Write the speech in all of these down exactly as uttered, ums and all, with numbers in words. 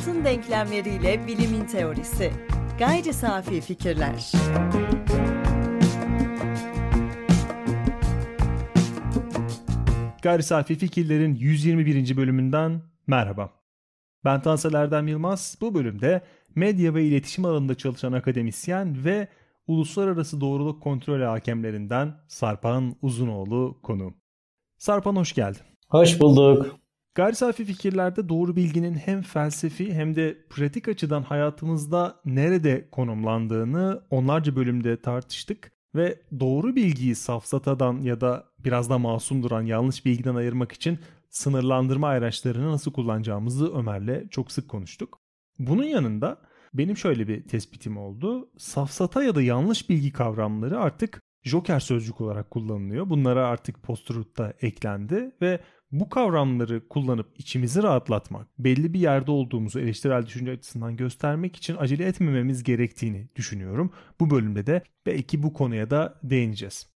Hayatın denklemleriyle bilimin teorisi. Gayri safi fikirler. Gayri safi fikirlerin yüz yirmi birinci bölümünden merhaba. Ben Tansel Erdem Yılmaz. Bu bölümde medya ve iletişim alanında çalışan akademisyen ve uluslararası doğruluk kontrolü hakemlerinden Sarpan Uzunoğlu konuğum. Sarpan, hoş geldin. Hoş bulduk. Gayri safi fikirlerde doğru bilginin hem felsefi hem de pratik açıdan hayatımızda nerede konumlandığını onlarca bölümde tartıştık ve doğru bilgiyi safsatadan ya da biraz da masum duran yanlış bilgiden ayırmak için sınırlandırma araçlarını nasıl kullanacağımızı Ömer'le çok sık konuştuk. Bunun yanında benim şöyle bir tespitim oldu. Safsata ya da yanlış bilgi kavramları artık joker sözcük olarak kullanılıyor. Bunlara artık post-truth'ta eklendi ve bu kavramları kullanıp içimizi rahatlatmak, belli bir yerde olduğumuzu eleştirel düşünce açısından göstermek için acele etmememiz gerektiğini düşünüyorum. Bu bölümde de belki bu konuya da değineceğiz.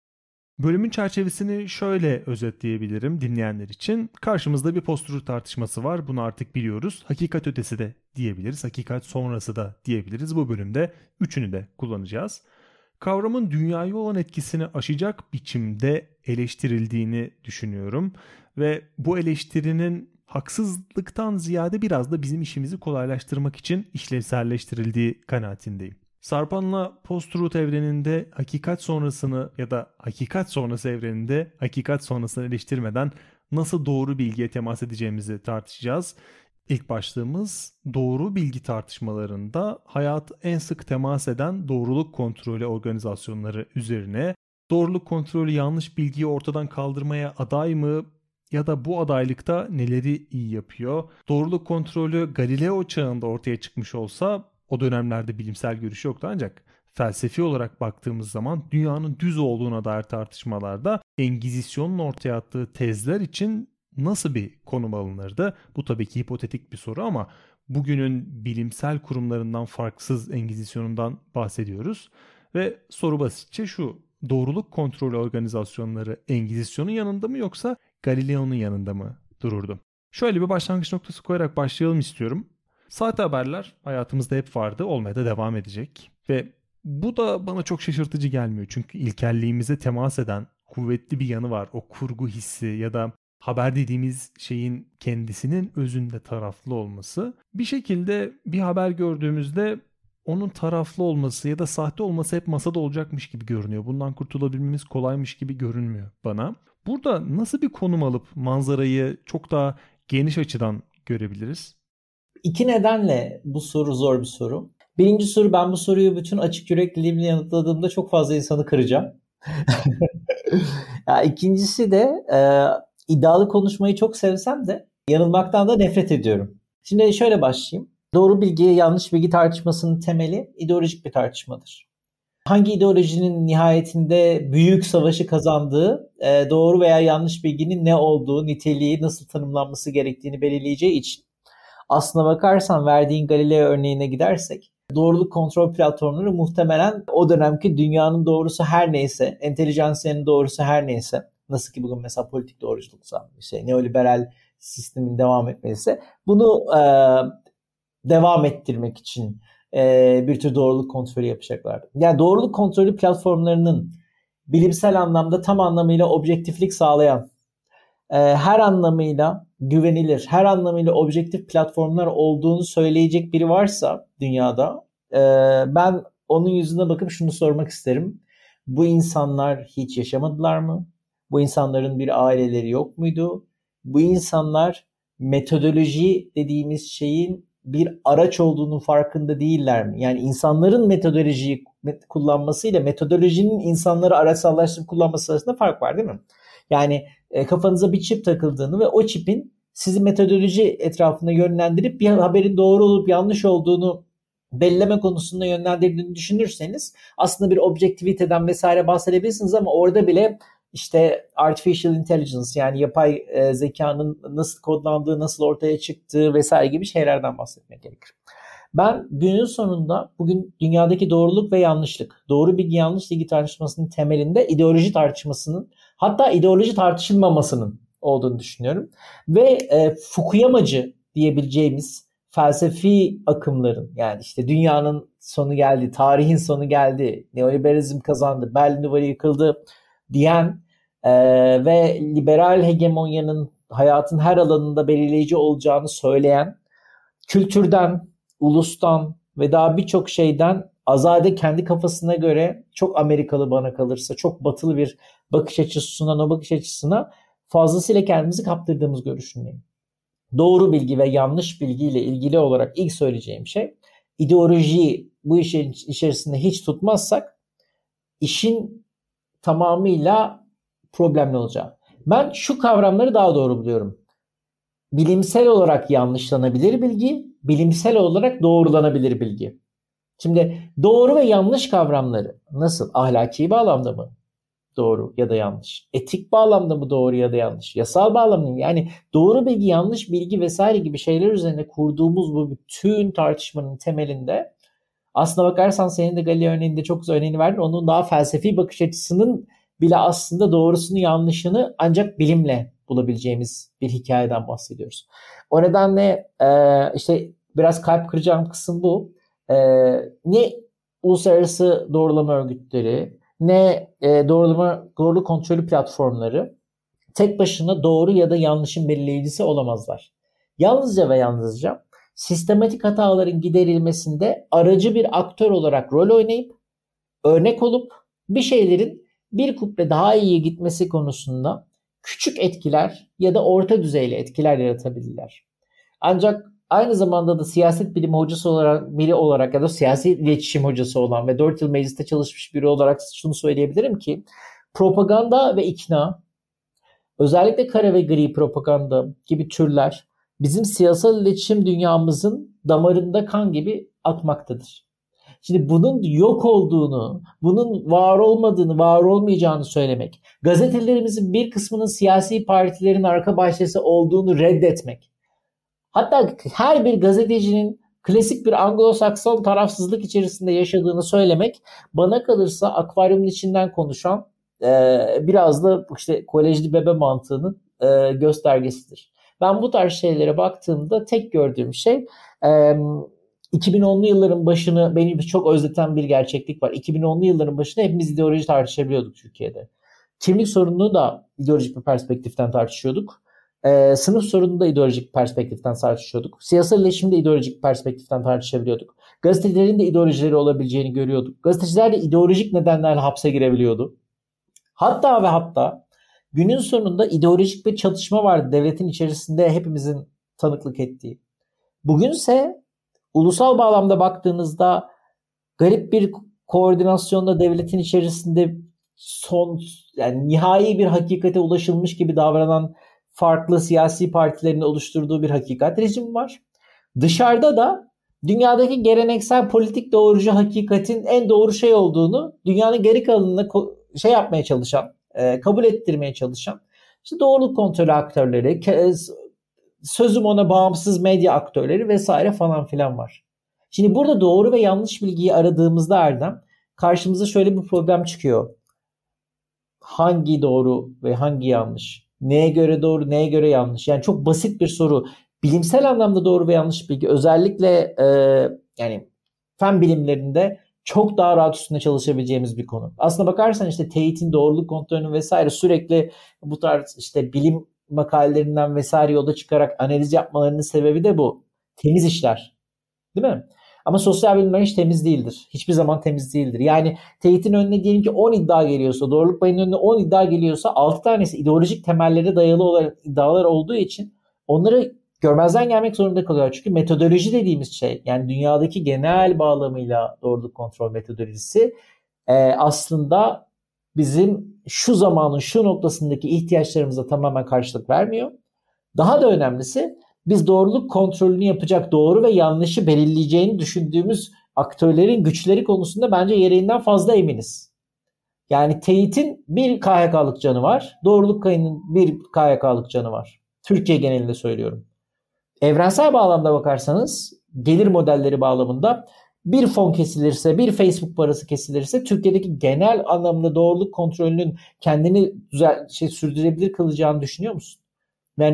Bölümün çerçevesini şöyle özetleyebilirim dinleyenler için. Karşımızda bir post-truth tartışması var. Bunu artık biliyoruz. Hakikat ötesi de diyebiliriz. Hakikat sonrası da diyebiliriz. Bu bölümde üçünü de kullanacağız. Kavramın dünyaya olan etkisini aşacak biçimde eleştirildiğini düşünüyorum. Ve bu eleştirinin haksızlıktan ziyade biraz da bizim işimizi kolaylaştırmak için işlevselleştirildiği kanaatindeyim. Sarpan'la post-truth evreninde hakikat sonrasını ya da hakikat sonrası evreninde hakikat sonrasını eleştirmeden nasıl doğru bilgiye temas edeceğimizi tartışacağız. İlk başlığımız doğru bilgi tartışmalarında hayat en sık temas eden doğruluk kontrolü organizasyonları üzerine. Doğruluk kontrolü yanlış bilgiyi ortadan kaldırmaya aday mı ya da bu adaylıkta neleri iyi yapıyor? Doğruluk kontrolü Galileo çağında ortaya çıkmış olsa o dönemlerde bilimsel görüş yoktu ancak felsefi olarak baktığımız zaman dünyanın düz olduğuna dair tartışmalarda Engizisyon'un ortaya attığı tezler için nasıl bir konum alınırdı? Bu tabii ki hipotetik bir soru ama bugünün bilimsel kurumlarından farksız Engizisyon'undan bahsediyoruz. Ve soru basitçe şu: doğruluk kontrolü organizasyonları Engizisyon'un yanında mı yoksa Galileo'nun yanında mı dururdu? Şöyle bir başlangıç noktası koyarak başlayalım istiyorum. Sahte haberler hayatımızda hep vardı, olmaya da devam edecek. Ve bu da bana çok şaşırtıcı gelmiyor. Çünkü ilkelliğimize temas eden kuvvetli bir yanı var. O kurgu hissi ya da haber dediğimiz şeyin kendisinin özünde taraflı olması. Bir şekilde bir haber gördüğümüzde onun taraflı olması ya da sahte olması hep masada olacakmış gibi görünüyor. Bundan kurtulabilmemiz kolaymış gibi görünmüyor bana. Burada nasıl bir konum alıp manzarayı çok daha geniş açıdan görebiliriz? İki nedenle bu soru zor bir soru. Birinci soru, ben bu soruyu bütün açık yürekliliğimle yanıtladığımda çok fazla insanı kıracağım. Ya, ikincisi de e, iddialı konuşmayı çok sevsem de yanılmaktan da nefret ediyorum. Şimdi şöyle başlayayım. Doğru bilgi, yanlış bilgi tartışmasının temeli ideolojik bir tartışmadır. Hangi ideolojinin nihayetinde büyük savaşı kazandığı, e, doğru veya yanlış bilginin ne olduğu, niteliği, nasıl tanımlanması gerektiğini belirleyeceği için aslına bakarsan verdiğin Galileo örneğine gidersek, doğruluk kontrol platformları muhtemelen o dönemki dünyanın doğrusu her neyse, entelijansiyanın doğrusu her neyse, nasıl ki bugün mesela politik doğruculuksa, şey, neoliberal sistemin devam etmesi, bunu e, devam ettirmek için e, bir tür doğruluk kontrolü yapacaklardı. Yani doğruluk kontrolü platformlarının bilimsel anlamda tam anlamıyla objektiflik sağlayan, e, her anlamıyla güvenilir, her anlamıyla objektif platformlar olduğunu söyleyecek biri varsa dünyada, e, ben onun yüzüne bakıp şunu sormak isterim. Bu insanlar hiç yaşamadılar mı? Bu insanların bir aileleri yok muydu? Bu insanlar metodoloji dediğimiz şeyin bir araç olduğunun farkında değiller mi? Yani insanların metodolojiyi kullanmasıyla metodolojinin insanları araçsallaştırıp kullanması arasında fark var, değil mi? Yani e, kafanıza bir çip takıldığını ve o çipin sizi metodoloji etrafında yönlendirip bir haberin doğru olup yanlış olduğunu belleme konusunda yönlendirdiğini düşünürseniz aslında bir objektiviteden vesaire bahsedebilirsiniz ama orada bile işte artificial intelligence, yani yapay e, zekanın nasıl kodlandığı, nasıl ortaya çıktığı vesaire gibi şeylerden bahsetmek gerekir. Ben günün sonunda bugün dünyadaki doğruluk ve yanlışlık, doğru bilgi yanlış bilgi tartışmasının temelinde ideoloji tartışmasının, hatta ideoloji tartışılmamasının olduğunu düşünüyorum. Ve e, Fukuyamacı diyebileceğimiz felsefi akımların, yani işte dünyanın sonu geldi, tarihin sonu geldi, neoliberalizm kazandı, Berlin Duvarı yıkıldı diyen e, ve liberal hegemonyanın hayatın her alanında belirleyici olacağını söyleyen, kültürden, ulustan ve daha birçok şeyden azade kendi kafasına göre çok Amerikalı bana kalırsa, çok batılı bir bakış açısı sunan o bakış açısına fazlasıyla kendimizi kaptırdığımız görüşündeyim. Doğru bilgi ve yanlış bilgiyle ilgili olarak ilk söyleyeceğim şey, ideolojiyi bu işin içerisinde hiç tutmazsak işin tamamıyla problemli olacağı. Ben şu kavramları daha doğru buluyorum. Bilimsel olarak yanlışlanabilir bilgi, bilimsel olarak doğrulanabilir bilgi. Şimdi doğru ve yanlış kavramları nasıl? Ahlaki bağlamda mı doğru ya da yanlış? Etik bağlamda mı doğru ya da yanlış? Yasal bağlamda mı? Yani doğru bilgi, yanlış bilgi vesaire gibi şeyler üzerine kurduğumuz bu bütün tartışmanın temelinde, aslına bakarsan senin de Galileo örneğinde çok güzel örneğini verdin. Onun daha felsefi bakış açısının bile aslında doğrusunu yanlışını ancak bilimle bulabileceğimiz bir hikayeden bahsediyoruz. O nedenle e, işte biraz kalp kıracağım kısım bu. E, ne uluslararası doğrulama örgütleri, ne e, doğrulama doğruluk kontrolü platformları tek başına doğru ya da yanlışın belirleyicisi olamazlar. Yalnızca ve yalnızca sistematik hataların giderilmesinde aracı bir aktör olarak rol oynayıp, örnek olup bir şeylerin bir kuple daha iyi gitmesi konusunda küçük etkiler ya da orta düzeyli etkiler yaratabilirler. Ancak aynı zamanda da siyaset bilimi hocası olarak, biri olarak ya da siyasi iletişim hocası olan ve dört yıl mecliste çalışmış biri olarak şunu söyleyebilirim ki, propaganda ve ikna, özellikle kara ve gri propaganda gibi türler bizim siyasal iletişim dünyamızın damarında kan gibi akmaktadır. Şimdi bunun yok olduğunu, bunun var olmadığını, var olmayacağını söylemek, gazetelerimizin bir kısmının siyasi partilerin arka bahçesi olduğunu reddetmek, hatta her bir gazetecinin klasik bir Anglo-Sakson tarafsızlık içerisinde yaşadığını söylemek, bana kalırsa akvaryumun içinden konuşan e, biraz da işte kolejli bebe mantığının e, göstergesidir. Ben bu tarz şeylere baktığımda tek gördüğüm şey, e, iki bin onlu yılların başını beni çok özleten bir gerçeklik var. iki bin onlu yılların başında hepimiz ideoloji tartışabiliyorduk Türkiye'de. Kimlik sorununu da ideolojik bir perspektiften tartışıyorduk. Ee, sınıf sorununu da ideolojik perspektiften tartışıyorduk. Siyasal iletişimde ideolojik perspektiften tartışabiliyorduk. Gazetecilerin de ideolojileri olabileceğini görüyorduk. Gazeteciler de ideolojik nedenlerle hapse girebiliyordu. Hatta ve hatta günün sonunda ideolojik bir çatışma vardı devletin içerisinde hepimizin tanıklık ettiği. Bugünse ulusal bağlamda baktığınızda garip bir koordinasyonda devletin içerisinde son, yani nihai bir hakikate ulaşılmış gibi davranan farklı siyasi partilerin oluşturduğu bir hakikat rejimi var. Dışarıda da dünyadaki geleneksel politik doğrucu hakikatin en doğru şey olduğunu dünyanın geri kalanına şey yapmaya çalışan, kabul ettirmeye çalışan işte doğruluk kontrolü aktörleri, sözüm ona bağımsız medya aktörleri vesaire falan filan var. Şimdi burada doğru ve yanlış bilgiyi aradığımızda Erdem, karşımıza şöyle bir problem çıkıyor. Hangi doğru ve hangi yanlış? Neye göre doğru, neye göre yanlış? Yani çok basit bir soru. Bilimsel anlamda doğru ve yanlış bilgi özellikle e, yani fen bilimlerinde çok daha rahat üstünde çalışabileceğimiz bir konu. Aslına bakarsan işte teyitin, doğruluk kontrolünün vesaire sürekli bu tarz işte bilim makalelerinden vesaire yola çıkarak analiz yapmalarının sebebi de bu. Temiz işler. Değil mi? Ama sosyal bilimler hiç temiz değildir. Hiçbir zaman temiz değildir. Yani teyitin önüne diyelim ki on iddia geliyorsa, doğruluk payının önüne on iddia geliyorsa altı tanesi ideolojik temellere dayalı olarak iddialar olduğu için onları görmezden gelmek zorunda kalıyor. Çünkü metodoloji dediğimiz şey, yani dünyadaki genel bağlamıyla doğruluk kontrol metodolojisi e, aslında bizim şu zamanın şu noktasındaki ihtiyaçlarımıza tamamen karşılık vermiyor. Daha da önemlisi, biz doğruluk kontrolünü yapacak, doğru ve yanlışı belirleyeceğini düşündüğümüz aktörlerin güçleri konusunda bence gereğinden fazla eminiz. Yani teyitin bir K H K'lık canı var, doğruluk payının bir K H K'lık canı var. Türkiye genelinde söylüyorum. Evrensel bağlamda bakarsanız, gelir modelleri bağlamında bir fon kesilirse, bir Facebook parası kesilirse Türkiye'deki genel anlamda doğruluk kontrolünün kendini düzel, şey, sürdürebilir kılacağını düşünüyor musun? Ben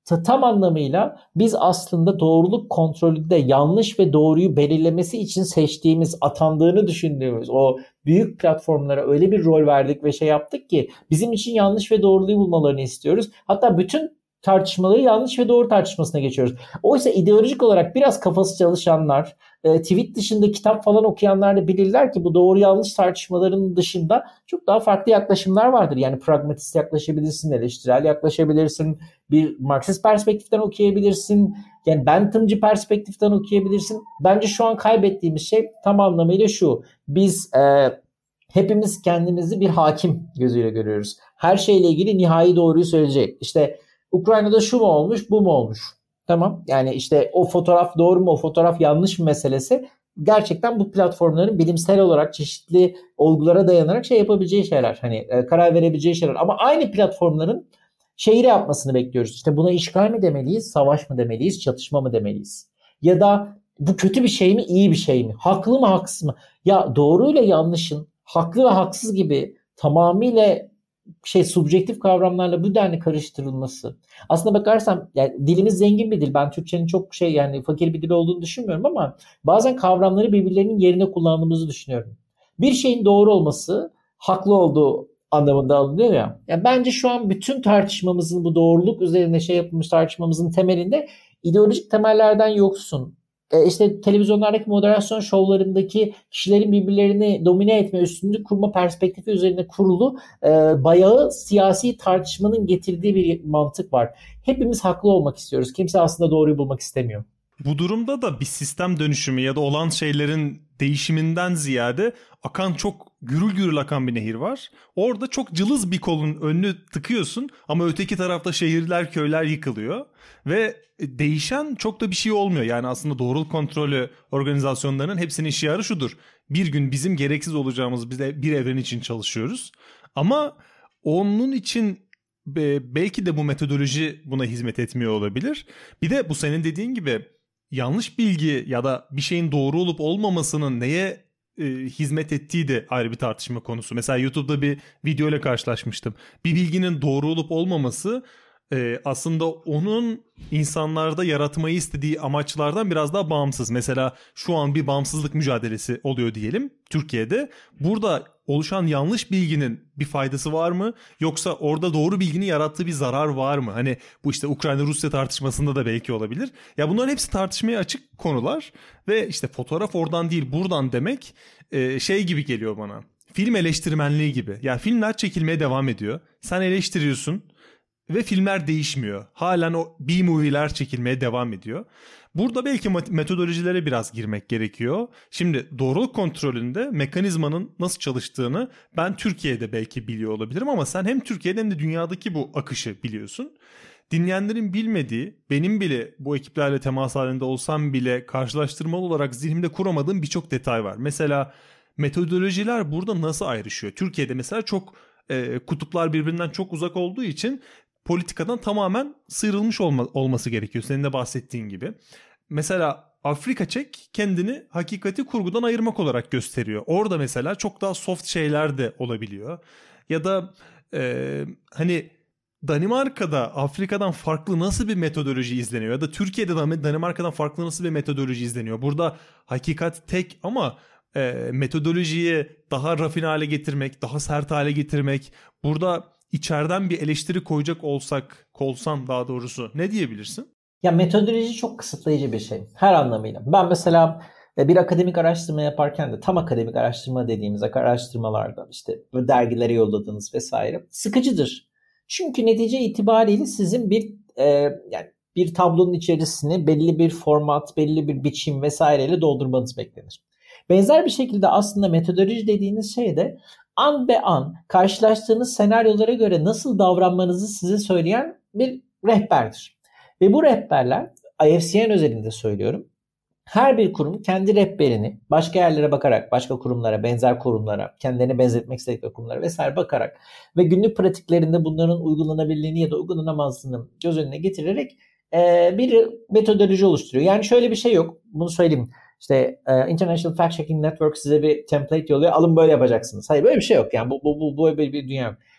tam anlamıyla biz aslında doğruluk kontrolünde yanlış ve doğruyu belirlemesi için seçtiğimiz, atandığını düşündüğümüz o büyük platformlara öyle bir rol verdik ve şey yaptık ki bizim için yanlış ve doğruyu bulmalarını istiyoruz. Hatta bütün tartışmaları yanlış ve doğru tartışmasına geçiyoruz. Oysa ideolojik olarak biraz kafası çalışanlar, e, tweet dışında kitap falan okuyanlar da bilirler ki bu doğru yanlış tartışmalarının dışında çok daha farklı yaklaşımlar vardır. Yani pragmatist yaklaşabilirsin, eleştirel yaklaşabilirsin, bir Marksist perspektiften okuyabilirsin, yani Bentham'cı perspektiften okuyabilirsin. Bence şu an kaybettiğimiz şey tam anlamıyla şu: biz e, hepimiz kendimizi bir hakim gözüyle görüyoruz. Her şeyle ilgili nihai doğruyu söyleyecek. İşte Ukrayna'da şu mu olmuş, bu mu olmuş? Tamam. Yani işte o fotoğraf doğru mu, o fotoğraf yanlış mı meselesi gerçekten bu platformların bilimsel olarak çeşitli olgulara dayanarak şey yapabileceği şeyler. Hani e, karar verebileceği şeyler. Ama aynı platformların şeyi yapmasını bekliyoruz. İşte buna işgal mi demeliyiz, savaş mı demeliyiz, çatışma mı demeliyiz? Ya da bu kötü bir şey mi, iyi bir şey mi? Haklı mı, haksız mı? Ya doğruyla yanlışın, haklı ve haksız gibi tamamıyla şey subjektif kavramlarla bu denli karıştırılması. Aslında bakarsam yani dilimiz zengin bir dil. Ben Türkçenin çok şey yani fakir bir dil olduğunu düşünmüyorum ama bazen kavramları birbirlerinin yerine kullandığımızı düşünüyorum. Bir şeyin doğru olması haklı olduğu anlamında alınıyor ya. Yani bence şu an bütün tartışmamızın bu doğruluk üzerine şey yapılmış tartışmamızın temelinde ideolojik temellerden yoksun. E işte televizyonlardaki moderasyon şovlarındaki kişilerin birbirlerini domine etme, üstünlük kurma perspektifi üzerine kurulu e, bayağı siyasi tartışmanın getirdiği bir mantık var. Hepimiz haklı olmak istiyoruz. Kimse aslında doğruyu bulmak istemiyor. Bu durumda da bir sistem dönüşümü ya da olan şeylerin değişiminden ziyade akan çok gürül gürül akan bir nehir var. Orada çok cılız bir kolun önünü tıkıyorsun ama öteki tarafta şehirler, köyler yıkılıyor ve değişen çok da bir şey olmuyor. Yani aslında doğruluk kontrolü organizasyonlarının hepsinin şiarı şudur: bir gün bizim gereksiz olacağımız bir evren için çalışıyoruz ama onun için belki de bu metodoloji buna hizmet etmiyor olabilir. Bir de bu senin dediğin gibi yanlış bilgi ya da bir şeyin doğru olup olmamasının neye e, hizmet ettiği de ayrı bir tartışma konusu. Mesela YouTube'da bir video ile karşılaşmıştım. Bir bilginin doğru olup olmaması e, aslında onun insanlarda yaratmayı istediği amaçlardan biraz daha bağımsız. Mesela şu an bir bağımsızlık mücadelesi oluyor diyelim Türkiye'de. Burada oluşan yanlış bilginin bir faydası var mı? Yoksa orada doğru bilginin yarattığı bir zarar var mı? Hani bu işte Ukrayna-Rusya tartışmasında da belki olabilir. Ya bunların hepsi tartışmaya açık konular ve işte fotoğraf oradan değil buradan demek e, şey gibi geliyor bana. Film eleştirmenliği gibi. Yani filmler çekilmeye devam ediyor. Sen eleştiriyorsun ve filmler değişmiyor. Halen o B-movie'ler çekilmeye devam ediyor. Burada belki metodolojilere biraz girmek gerekiyor. Şimdi doğruluk kontrolünde mekanizmanın nasıl çalıştığını ben Türkiye'de belki biliyor olabilirim ama sen hem Türkiye'de hem de dünyadaki bu akışı biliyorsun. Dinleyenlerin bilmediği, benim bile bu ekiplerle temas halinde olsam bile karşılaştırmalı olarak zihnimde kuramadığım birçok detay var. Mesela metodolojiler burada nasıl ayrışıyor? Türkiye'de mesela çok e, kutuplar birbirinden çok uzak olduğu için politikadan tamamen sıyrılmış olma, olması gerekiyor. Senin de bahsettiğin gibi. Mesela Afrika Çek kendini hakikati kurgudan ayırmak olarak gösteriyor. Orada mesela çok daha soft şeyler de olabiliyor. Ya da e, hani Danimarka'da Afrika'dan farklı nasıl bir metodoloji izleniyor? Ya da Türkiye'de Danimarka'dan farklı nasıl bir metodoloji izleniyor? Burada hakikat tek ama e, metodolojiyi daha rafine hale getirmek, daha sert hale getirmek. Burada içeriden bir eleştiri koyacak olsak, kolsan daha doğrusu ne diyebilirsin? Ya metodoloji çok kısıtlayıcı bir şey her anlamıyla. Ben mesela bir akademik araştırma yaparken de tam akademik araştırma dediğimiz araştırmalarda işte dergilere yolladığınız vesaire sıkıcıdır. Çünkü netice itibariyle sizin bir e, yani bir tablonun içerisini belli bir format, belli bir biçim vesaireyle doldurmanız beklenir. Benzer bir şekilde aslında metodoloji dediğiniz şey de an be an karşılaştığınız senaryolara göre nasıl davranmanızı size söyleyen bir rehberdir. Ve bu rehberler I F C N özelinde söylüyorum. Her bir kurum kendi rehberini başka yerlere bakarak, başka kurumlara, benzer kurumlara, kendilerine benzetmek istedikleri kurumlara vesaire bakarak ve günlük pratiklerinde bunların uygulanabilirliğini ya da uygulanamazlığını göz önüne getirerek e, bir metodoloji oluşturuyor. Yani şöyle bir şey yok. Bunu söyleyeyim. İşte uh, International Fact Checking Network size bir template yolluyor. Alın böyle yapacaksınız. Hayır böyle bir şey yok. Yani bu bu bu böyle bir dünya.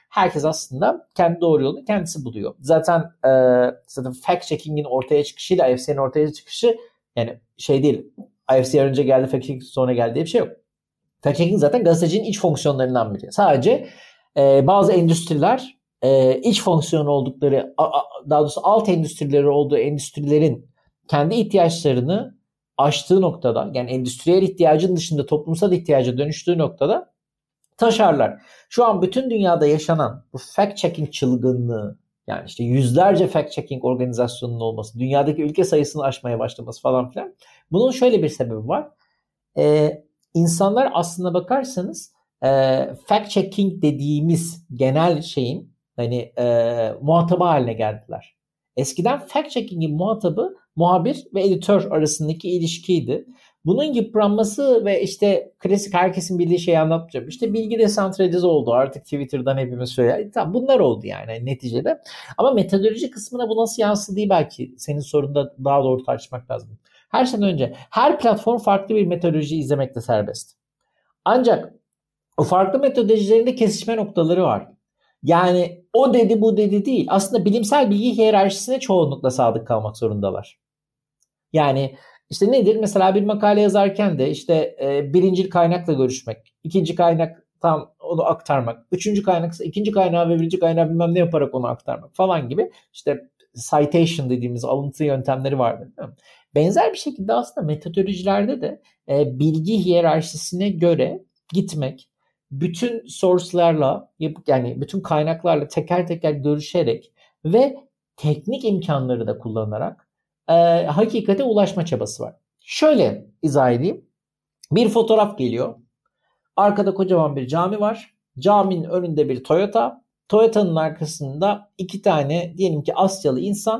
Herkes aslında kendi doğru yolunu kendisi buluyor. Zaten e, zaten fact checking'in ortaya çıkışıyla I F C'nin ortaya çıkışı yani şey değil. I F C önce geldi, fact checking sonra geldi diye bir şey yok. Fact checking zaten gazetecinin iç fonksiyonlarından biri. Sadece e, bazı endüstriler e, iç fonksiyon oldukları, a, a, daha doğrusu alt endüstrileri olduğu endüstrilerin kendi ihtiyaçlarını aştığı noktada, yani endüstriyel ihtiyacın dışında toplumsal ihtiyaca dönüştüğü noktada taşarlar. Şu an bütün dünyada yaşanan bu fact checking çılgınlığı, yani işte yüzlerce fact checking organizasyonunun olması, dünyadaki ülke sayısını aşmaya başlaması falan filan. Bunun şöyle bir sebebi var. Ee, insanlar aslına bakarsanız e, fact checking dediğimiz genel şeyin hani e, muhatabı haline geldiler. Eskiden fact checking'in muhatabı muhabir ve editör arasındaki ilişkiydi. Bunun yıpranması ve işte klasik herkesin bildiği şeyi anlatmayacağım. İşte bilgi desantralize oldu. Artık Twitter'dan hepimiz söylüyor. Tamam, bunlar oldu yani neticede. Ama metodoloji kısmına bu nasıl yansıdığı belki senin sorunda daha doğru tartışmak lazım. Her şeyden önce her platform farklı bir metodoloji izlemekte serbest. Ancak o farklı metodolojilerinde kesişme noktaları var. Yani o dedi bu dedi değil. Aslında bilimsel bilgi hiyerarşisine çoğunlukla sadık kalmak zorundalar. Yani işte nedir? Mesela bir makale yazarken de işte e, birincil kaynakla görüşmek, ikinci kaynak tam onu aktarmak, üçüncü kaynak ikinci kaynağı ve birinci kaynağı bilmem ne yaparak onu aktarmak falan gibi işte citation dediğimiz alıntı yöntemleri vardır. Benzer bir şekilde aslında metodolojilerde de e, bilgi hiyerarşisine göre gitmek, bütün source'larla yani bütün kaynaklarla teker teker görüşerek ve teknik imkanları da kullanarak e, hakikate ulaşma çabası var. Şöyle izah edeyim. Bir fotoğraf geliyor. Arkada kocaman bir cami var. Caminin önünde bir Toyota. Toyota'nın arkasında iki tane diyelim ki Asyalı insan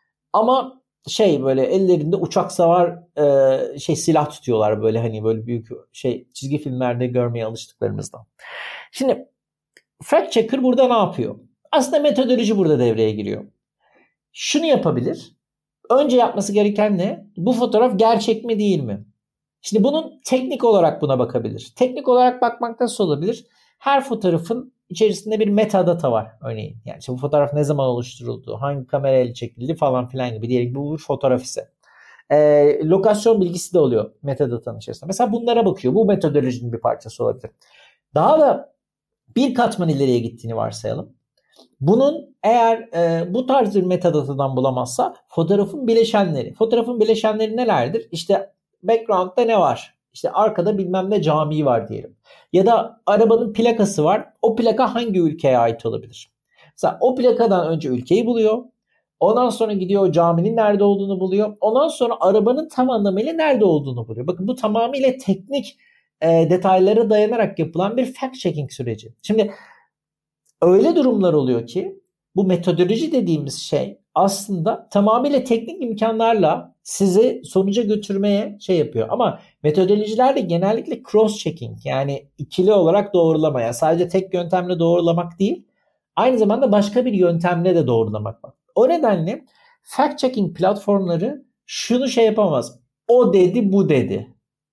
ama şey böyle ellerinde uçak savar e, şey silah tutuyorlar böyle hani böyle büyük şey çizgi filmlerde görmeye alıştıklarımızdan. Şimdi fact checker burada ne yapıyor? Aslında metodoloji burada devreye giriyor. Şunu yapabilir. Önce yapması gereken ne? Bu fotoğraf gerçek mi değil mi? Şimdi bunun teknik olarak buna bakabilir. Teknik olarak bakmak nasıl olabilir? Her fotoğrafın içerisinde bir metadata var örneğin. Yani işte bu fotoğraf ne zaman oluşturuldu, hangi kamerayla çekildi falan filan gibi. Diyelim bu bir fotoğraf ise. E, lokasyon bilgisi de oluyor metadatanın içerisinde. Mesela bunlara bakıyor. Bu metodolojinin bir parçası olabilir. Daha da bir katman ileriye gittiğini varsayalım. Bunun eğer e, bu tarz bir metadatadan bulamazsa fotoğrafın bileşenleri. Fotoğrafın bileşenleri nelerdir? İşte background'da ne var? İşte arkada bilmem ne camii var diyelim. Ya da arabanın plakası var. O plaka hangi ülkeye ait olabilir? Mesela o plakadan önce ülkeyi buluyor. Ondan sonra gidiyor o caminin nerede olduğunu buluyor. Ondan sonra arabanın tam anlamıyla nerede olduğunu buluyor. Bakın bu tamamıyla teknik e, detaylara dayanarak yapılan bir fact checking süreci. Şimdi öyle durumlar oluyor ki bu metodoloji dediğimiz şey aslında tamamıyla teknik imkanlarla sizi sonuca götürmeye şey yapıyor. Ama metodolojilerde genellikle cross checking yani ikili olarak doğrulama. Yani sadece tek yöntemle doğrulamak değil, aynı zamanda başka bir yöntemle de doğrulamak var. O nedenle fact checking platformları şunu şey yapamaz. O dedi bu dedi.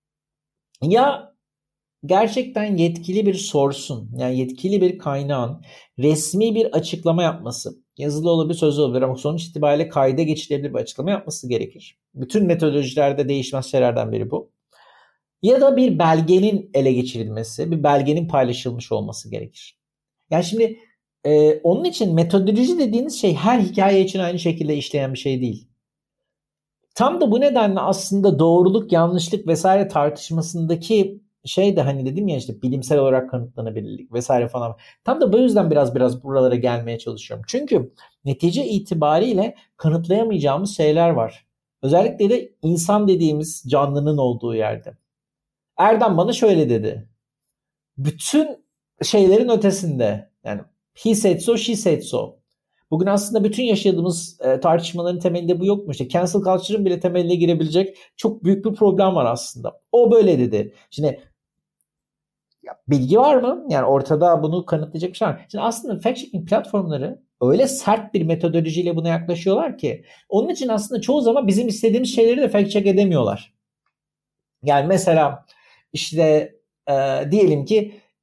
Ya gerçekten yetkili bir source'un yani yetkili bir kaynağın resmi bir açıklama yapması, yazılı olabilir, sözlü olabilir ama sonuç itibariyle kayda geçilebilir bir açıklama yapması gerekir. Bütün metodolojilerde değişmez şeylerden biri bu. Ya da bir belgenin ele geçirilmesi, bir belgenin paylaşılmış olması gerekir. Yani şimdi e, onun için metodoloji dediğiniz şey her hikaye için aynı şekilde işleyen bir şey değil. Tam da bu nedenle aslında doğruluk, yanlışlık vesaire tartışmasındaki şey de hani dedim ya işte bilimsel olarak kanıtlanabilirlik vesaire falan. Tam da bu yüzden biraz biraz buralara gelmeye çalışıyorum. Çünkü netice itibariyle kanıtlayamayacağımız şeyler var. Özellikle de insan dediğimiz canlının olduğu yerde. Erdem bana şöyle dedi. Bütün şeylerin ötesinde yani he said so, she said so. Bugün aslında bütün yaşadığımız e, tartışmaların temelinde bu yok mu? İşte cancel culture'ın bile temeline girebilecek çok büyük bir problem var aslında. O böyle dedi. Şimdi ya, bilgi var mı? Yani ortada bunu kanıtlayacak bir şey var. Şimdi aslında fact checking platformları öyle sert bir metodolojiyle buna yaklaşıyorlar ki onun için aslında çoğu zaman bizim istediğimiz şeyleri de fact check edemiyorlar. Yani mesela işte e, diyelim ki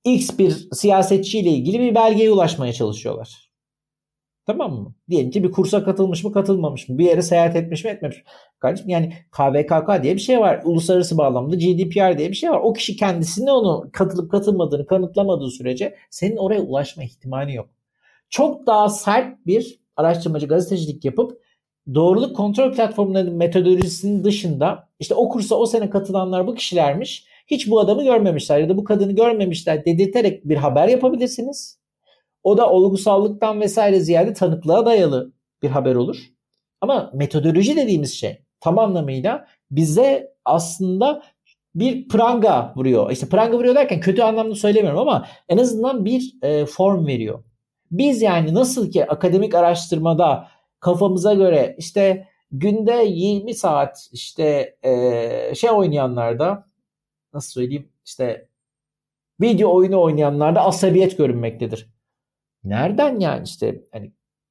X bir siyasetçiyle ilgili bir belgeye ulaşmaya çalışıyorlar. Tamam mı? Diyelim ki bir kursa katılmış mı katılmamış mı? Bir yere seyahat etmiş mi etmemiş mi? Kardeşim yani K V K K diye bir şey var. Uluslararası bağlamda G D P R diye bir şey var. O kişi kendisine onu katılıp katılmadığını kanıtlamadığı sürece senin oraya ulaşma ihtimali yok. Çok daha sert bir araştırmacı gazetecilik yapıp doğruluk kontrol platformlarının metodolojisinin dışında işte o kursa o sene katılanlar bu kişilermiş. Hiç bu adamı görmemişler ya da bu kadını görmemişler dedirterek bir haber yapabilirsiniz. O da olgusallıktan vesaire ziyade tanıklığa dayalı bir haber olur. Ama metodoloji dediğimiz şey tam anlamıyla bize aslında bir pranga vuruyor. İşte pranga vuruyor derken kötü anlamda söylemiyorum ama en azından bir e, form veriyor. Biz yani nasıl ki akademik araştırmada kafamıza göre işte günde yirmi saat işte e, şey oynayanlarda nasıl söyleyeyim işte video oyunu oynayanlarda asabiyet görünmektedir. Nereden yani işte hani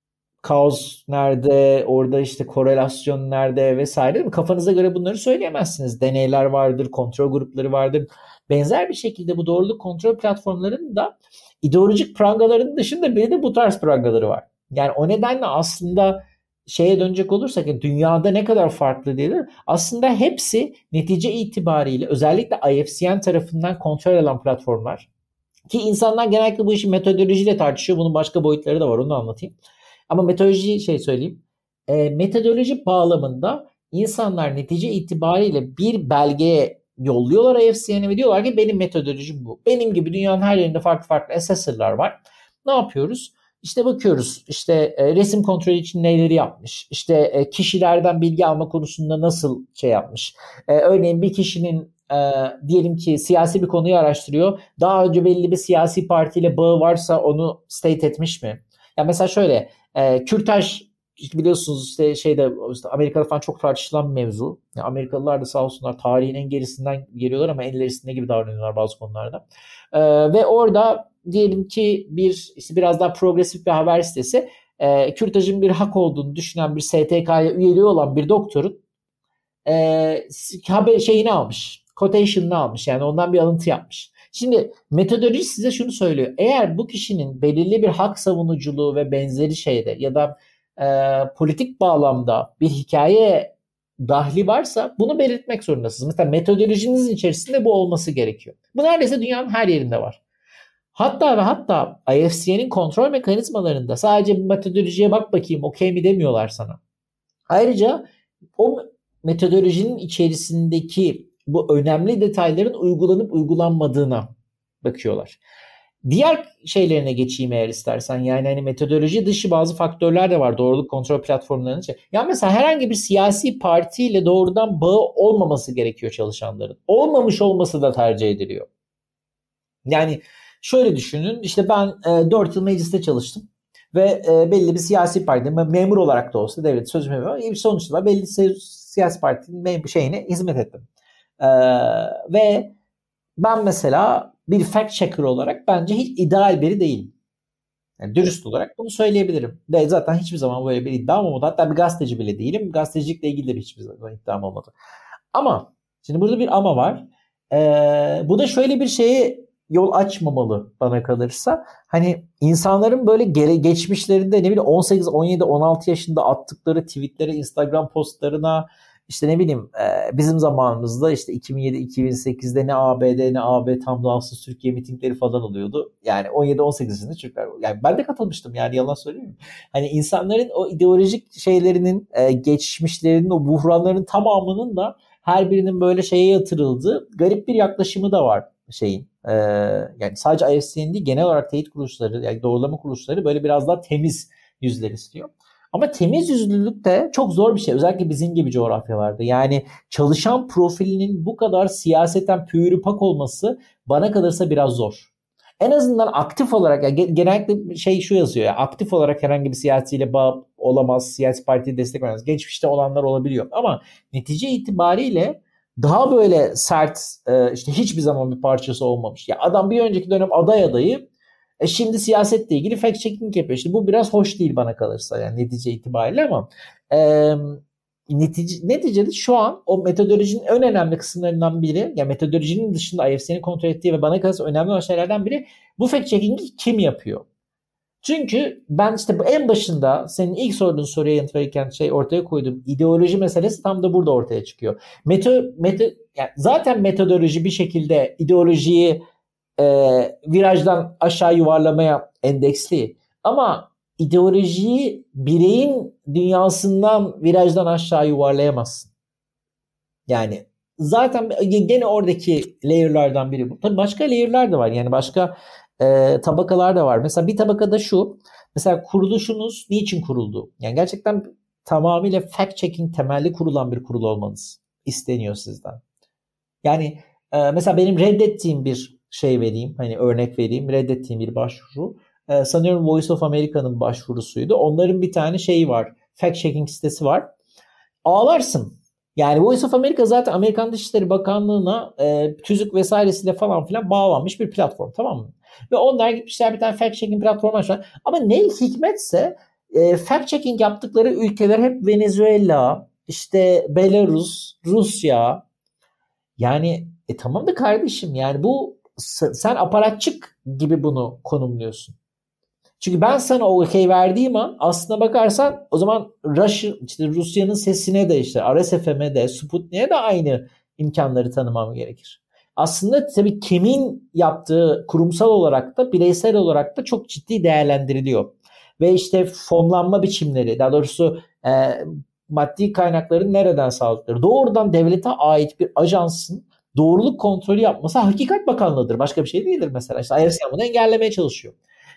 kaos nerede, orada işte korelasyon nerede vesaire değil mi? Kafanıza göre bunları söyleyemezsiniz. Deneyler vardır, kontrol grupları vardır. Benzer bir şekilde bu doğruluk kontrol platformlarının da ideolojik prangaların dışında bir de bu tarz prangaları var. Yani o nedenle aslında şeye dönecek olursak yani dünyada ne kadar farklı değil mi? Aslında hepsi netice itibariyle özellikle I F C N tarafından kontrol edilen platformlar. Ki insanlar genellikle bu işi metodolojiyle tartışıyor. Bunun başka boyutları da var. Onu da anlatayım. Ama metodoloji şey söyleyeyim. E, metodoloji bağlamında insanlar netice itibariyle bir belgeye yolluyorlar I F C N'e ve diyorlar ki benim metodolojim bu. Benim gibi dünyanın her yerinde farklı farklı assessor'lar var. Ne yapıyoruz? İşte bakıyoruz işte e, resim kontrolü için neleri yapmış. İşte e, kişilerden bilgi alma konusunda nasıl şey yapmış. E, örneğin bir kişinin e, diyelim ki siyasi bir konuyu araştırıyor. Daha önce belli bir siyasi partiyle bağı varsa onu state etmiş mi? Ya mesela şöyle e, kürtaj biliyorsunuz işte şeyde işte Amerika'da falan çok tartışılan bir mevzu. Yani Amerikalılar da sağ olsunlar tarihin en gerisinden geliyorlar ama en ilerisinde gibi davranıyorlar bazı konularda. E, ve orada diyelim ki bir işte biraz daha progresif bir haber sitesi e, kürtajın bir hak olduğunu düşünen bir S T K'ya üyeliği olan bir doktorun e, haber şeyini almış. Quotation'ını almış. Yani ondan bir alıntı yapmış. Şimdi metodoloji size şunu söylüyor. Eğer bu kişinin belirli bir hak savunuculuğu ve benzeri şeyde ya da e, politik bağlamda bir hikaye dahli varsa bunu belirtmek zorundasınız. Mesela metodolojinizin içerisinde bu olması gerekiyor. Bu neredeyse dünyanın her yerinde var. Hatta ve hatta I F C N'in kontrol mekanizmalarında sadece bir metodolojiye bak bakayım okey mi demiyorlar sana. Ayrıca o metodolojinin içerisindeki bu önemli detayların uygulanıp uygulanmadığına bakıyorlar. Diğer şeylerine geçeyim eğer istersen. Yani hani metodoloji dışı bazı faktörler de var doğruluk kontrol platformlarının için. Yani mesela herhangi bir siyasi partiyle doğrudan bağı olmaması gerekiyor çalışanların. Olmamış olması da tercih ediliyor. Yani şöyle düşünün işte ben e, dört yıl mecliste çalıştım ve e, belli bir siyasi partide memur olarak da olsa devlet sözcü memuru sonuçta belli bir siyasi partinin şeyine hizmet ettim. E, ve ben mesela bir fact checker olarak bence hiç ideal biri değilim. Yani dürüst olarak bunu söyleyebilirim. Ve zaten hiçbir zaman böyle bir iddiam olmadı. Hatta bir gazeteci bile değilim. Gazetecilikle ilgili de hiçbir zaman iddiam olmadı. Ama şimdi burada bir ama var. E, bu da şöyle bir şeye yol açmamalı bana kalırsa. Hani insanların böyle gere- geçmişlerinde ne bileyim on sekiz, on yedi, on altı yaşında attıkları tweetlere, Instagram postlarına işte ne bileyim e, bizim zamanımızda işte iki bin yedi iki bin sekizde ne A B D ne A B tam bağımsız Türkiye mitingleri falan oluyordu. Yani on yedi on sekiz yaşında Türkler. Yani ben de katılmıştım yani yalan söylemiyorum. Hani insanların o ideolojik şeylerinin e, geçmişlerinin o buhranların tamamının da her birinin böyle şeye yatırıldığı garip bir yaklaşımı da var şeyin. Ee, yani sadece I F C N değil genel olarak teyit kuruluşları yani doğrulama kuruluşları böyle biraz daha temiz yüzler istiyor. Ama temiz yüzlülük de çok zor bir şey. Özellikle bizim gibi coğrafyalarda. Yani çalışan profilinin bu kadar siyaseten pürüpak olması bana kalırsa biraz zor. En azından aktif olarak yani genellikle şey şu yazıyor ya aktif olarak herhangi bir siyasiyle bağ olamaz, siyasi partiye destek vermez. Geçmişte olanlar olabiliyor ama netice itibariyle daha böyle sert işte hiçbir zaman bir parçası olmamış. Ya adam bir önceki dönem aday adayı e şimdi siyasetle ilgili fact checking yapıyor. İşte bu biraz hoş değil bana kalırsa yani netice itibariyle ama e, netice, neticede şu an o metodolojinin en önemli kısımlarından biri, yani metodolojinin dışında I F C'nin kontrol ettiği ve bana kalırsa önemli olan şeylerden biri bu fact checking'i kim yapıyor? Çünkü ben işte bu en başında senin ilk sorduğun soruya yanıt verirken şey ortaya koyduğum ideoloji meselesi tam da burada ortaya çıkıyor. Meto, meto, yani zaten metodoloji bir şekilde ideolojiyi e, virajdan aşağı yuvarlamaya endeksli. Ama ideolojiyi bireyin dünyasından virajdan aşağı yuvarlayamazsın. Yani zaten gene oradaki layer'lardan biri bu. Tabii başka layer'lar da var. Yani başka e, tabakalar da var. Mesela bir tabakada şu. Mesela kuruluşunuz niçin kuruldu? Yani gerçekten tamamıyla fact checking temelli kurulan bir kurul olmanız isteniyor sizden. Yani e, mesela benim reddettiğim bir şey vereyim. Hani örnek vereyim. Reddettiğim bir başvuru. Ee, sanıyorum Voice of America'nın başvurusuydu. Onların bir tane şeyi var. Fact checking sitesi var. Ağlarsın. Yani Voice of America zaten Amerikan Dışişleri Bakanlığı'na e, tüzük vesairesiyle falan filan bağlanmış bir platform, tamam mı? Ve onlar gitmişler bir tane fact checking platformu açmışlar. Ama ne hikmetse e, fact checking yaptıkları ülkeler hep Venezuela, işte Belarus, Rusya. Yani e tamam da kardeşim, yani bu sen aparatçık gibi bunu konumluyorsun. Çünkü ben sana o okey verdiğim an aslına bakarsan o zaman Rusya, işte Rusya'nın sesine de işte R S F M'de, Sputnik'e de aynı imkanları tanımam gerekir. Aslında tabii kimin yaptığı kurumsal olarak da bireysel olarak da çok ciddi değerlendiriliyor. Ve işte fonlanma biçimleri, daha doğrusu e, maddi kaynakların nereden sağladıkları, doğrudan devlete ait bir ajansın doğruluk kontrolü yapması Hakikat Bakanlığı'dır. Başka bir şey değildir mesela. İşte I R C bunu engellemeye çalışıyor.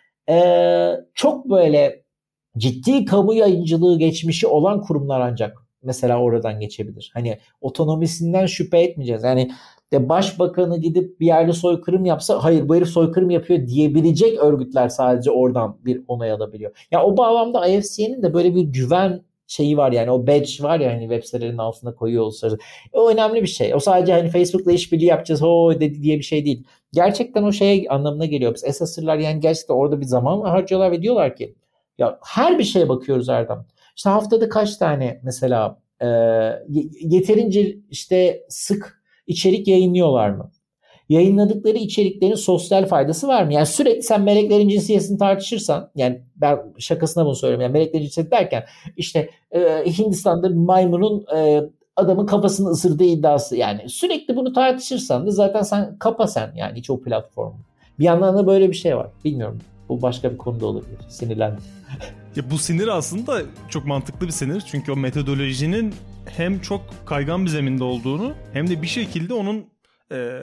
Ee, çok böyle ciddi kamu yayıncılığı geçmişi olan kurumlar ancak mesela oradan geçebilir. Hani otonomisinden şüphe etmeyeceğiz. Yani de başbakanı gidip bir yerde soykırım yapsa hayır bu herif soykırım yapıyor diyebilecek örgütler sadece oradan bir onay alabiliyor. Ya yani o bağlamda I F C'nin de böyle bir güven şeyi var, yani o badge var ya hani web sitelerinin altına koyuyor olsa. O önemli bir şey. O sadece hani Facebook'la işbirliği yapacağız o dedi diye bir şey değil. Gerçekten o şeye anlamına geliyor. Biz esasırlar yani gerçekten orada bir zaman harcıyorlar ve diyorlar ki ya her bir şeye bakıyoruz Erdem. İşte haftada kaç tane mesela e, yeterince işte sık içerik yayınlıyorlar mı? Yayınladıkları içeriklerin sosyal faydası var mı? Yani sürekli sen meleklerin cinsiyetini tartışırsan, yani ben şakasına bunu söylüyorum. Yani meleklerin cinsiyeti derken işte e, Hindistan'da maymunun e, adamın kafasını ısırdığı iddiası, yani sürekli bunu tartışırsan da zaten sen kapa sen yani hiç o platformu. Bir yandan da böyle bir şey var. Bilmiyorum. Bu başka bir konuda olabilir. Sinirlendim. Ya bu sinir aslında çok mantıklı bir sinir. Çünkü o metodolojinin hem çok kaygan bir zeminde olduğunu hem de bir şekilde onun e,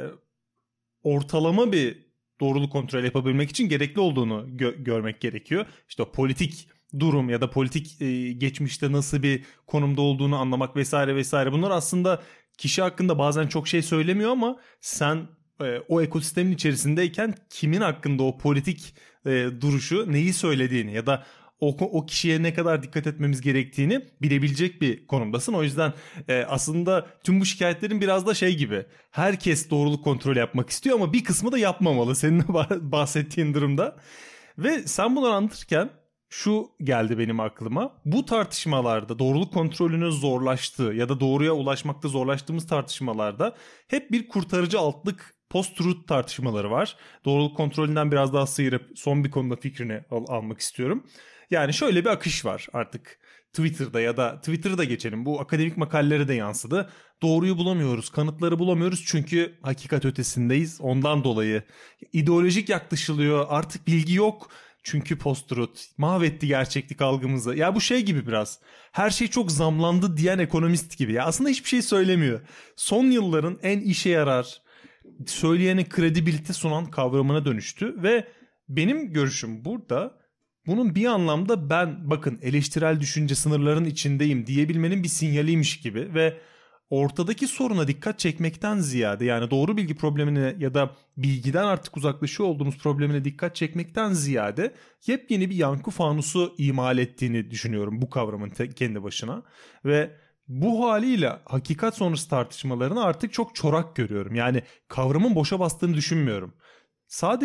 ortalama bir doğruluk kontrol yapabilmek için gerekli olduğunu gö- görmek gerekiyor. İşte o politik durum ya da politik e, geçmişte nasıl bir konumda olduğunu anlamak vesaire vesaire. Bunlar aslında kişi hakkında bazen çok şey söylemiyor ama sen e, o ekosistemin içerisindeyken kimin hakkında o politik e, duruşu neyi söylediğini ya da o, o kişiye ne kadar dikkat etmemiz gerektiğini bilebilecek bir konumdasın. O yüzden e, aslında tüm bu şikayetlerin biraz da şey gibi. Herkes doğruluk kontrolü yapmak istiyor ama bir kısmı da yapmamalı senin bahsettiğin durumda. Ve sen bunları anlatırken şu geldi benim aklıma. Bu tartışmalarda doğruluk kontrolünün zorlaştığı ya da doğruya ulaşmakta zorlaştığımız tartışmalarda hep bir kurtarıcı altlık post-truth tartışmaları var. Doğruluk kontrolünden biraz daha sıyırıp son bir konuda fikrini al- almak istiyorum. Yani şöyle bir akış var artık Twitter'da ya da Twitter'da geçelim. Bu akademik makalelere de yansıdı. Doğruyu bulamıyoruz, kanıtları bulamıyoruz çünkü hakikat ötesindeyiz. Ondan dolayı ideolojik yaklaşılıyor, artık bilgi yok. Çünkü post-truth mahvetti gerçeklik algımızı. Ya bu şey gibi biraz. Her şey çok zamlandı diyen ekonomist gibi. Ya aslında hiçbir şey söylemiyor. Son yılların en işe yarar, söyleyene kredibilite sunan kavramına dönüştü ve benim görüşüm burada bunun bir anlamda ben bakın eleştirel düşünce sınırlarının içindeyim diyebilmenin bir sinyaliymiş gibi ve ortadaki soruna dikkat çekmekten ziyade, yani doğru bilgi problemine ya da bilgiden artık uzaklaşıyor olduğumuz problemine dikkat çekmekten ziyade yepyeni bir yankı fanusu imal ettiğini düşünüyorum bu kavramın te- kendi başına. Ve bu haliyle hakikat sonrası tartışmalarını artık çok çorak görüyorum. Yani kavramın boşa bastığını düşünmüyorum. Sadece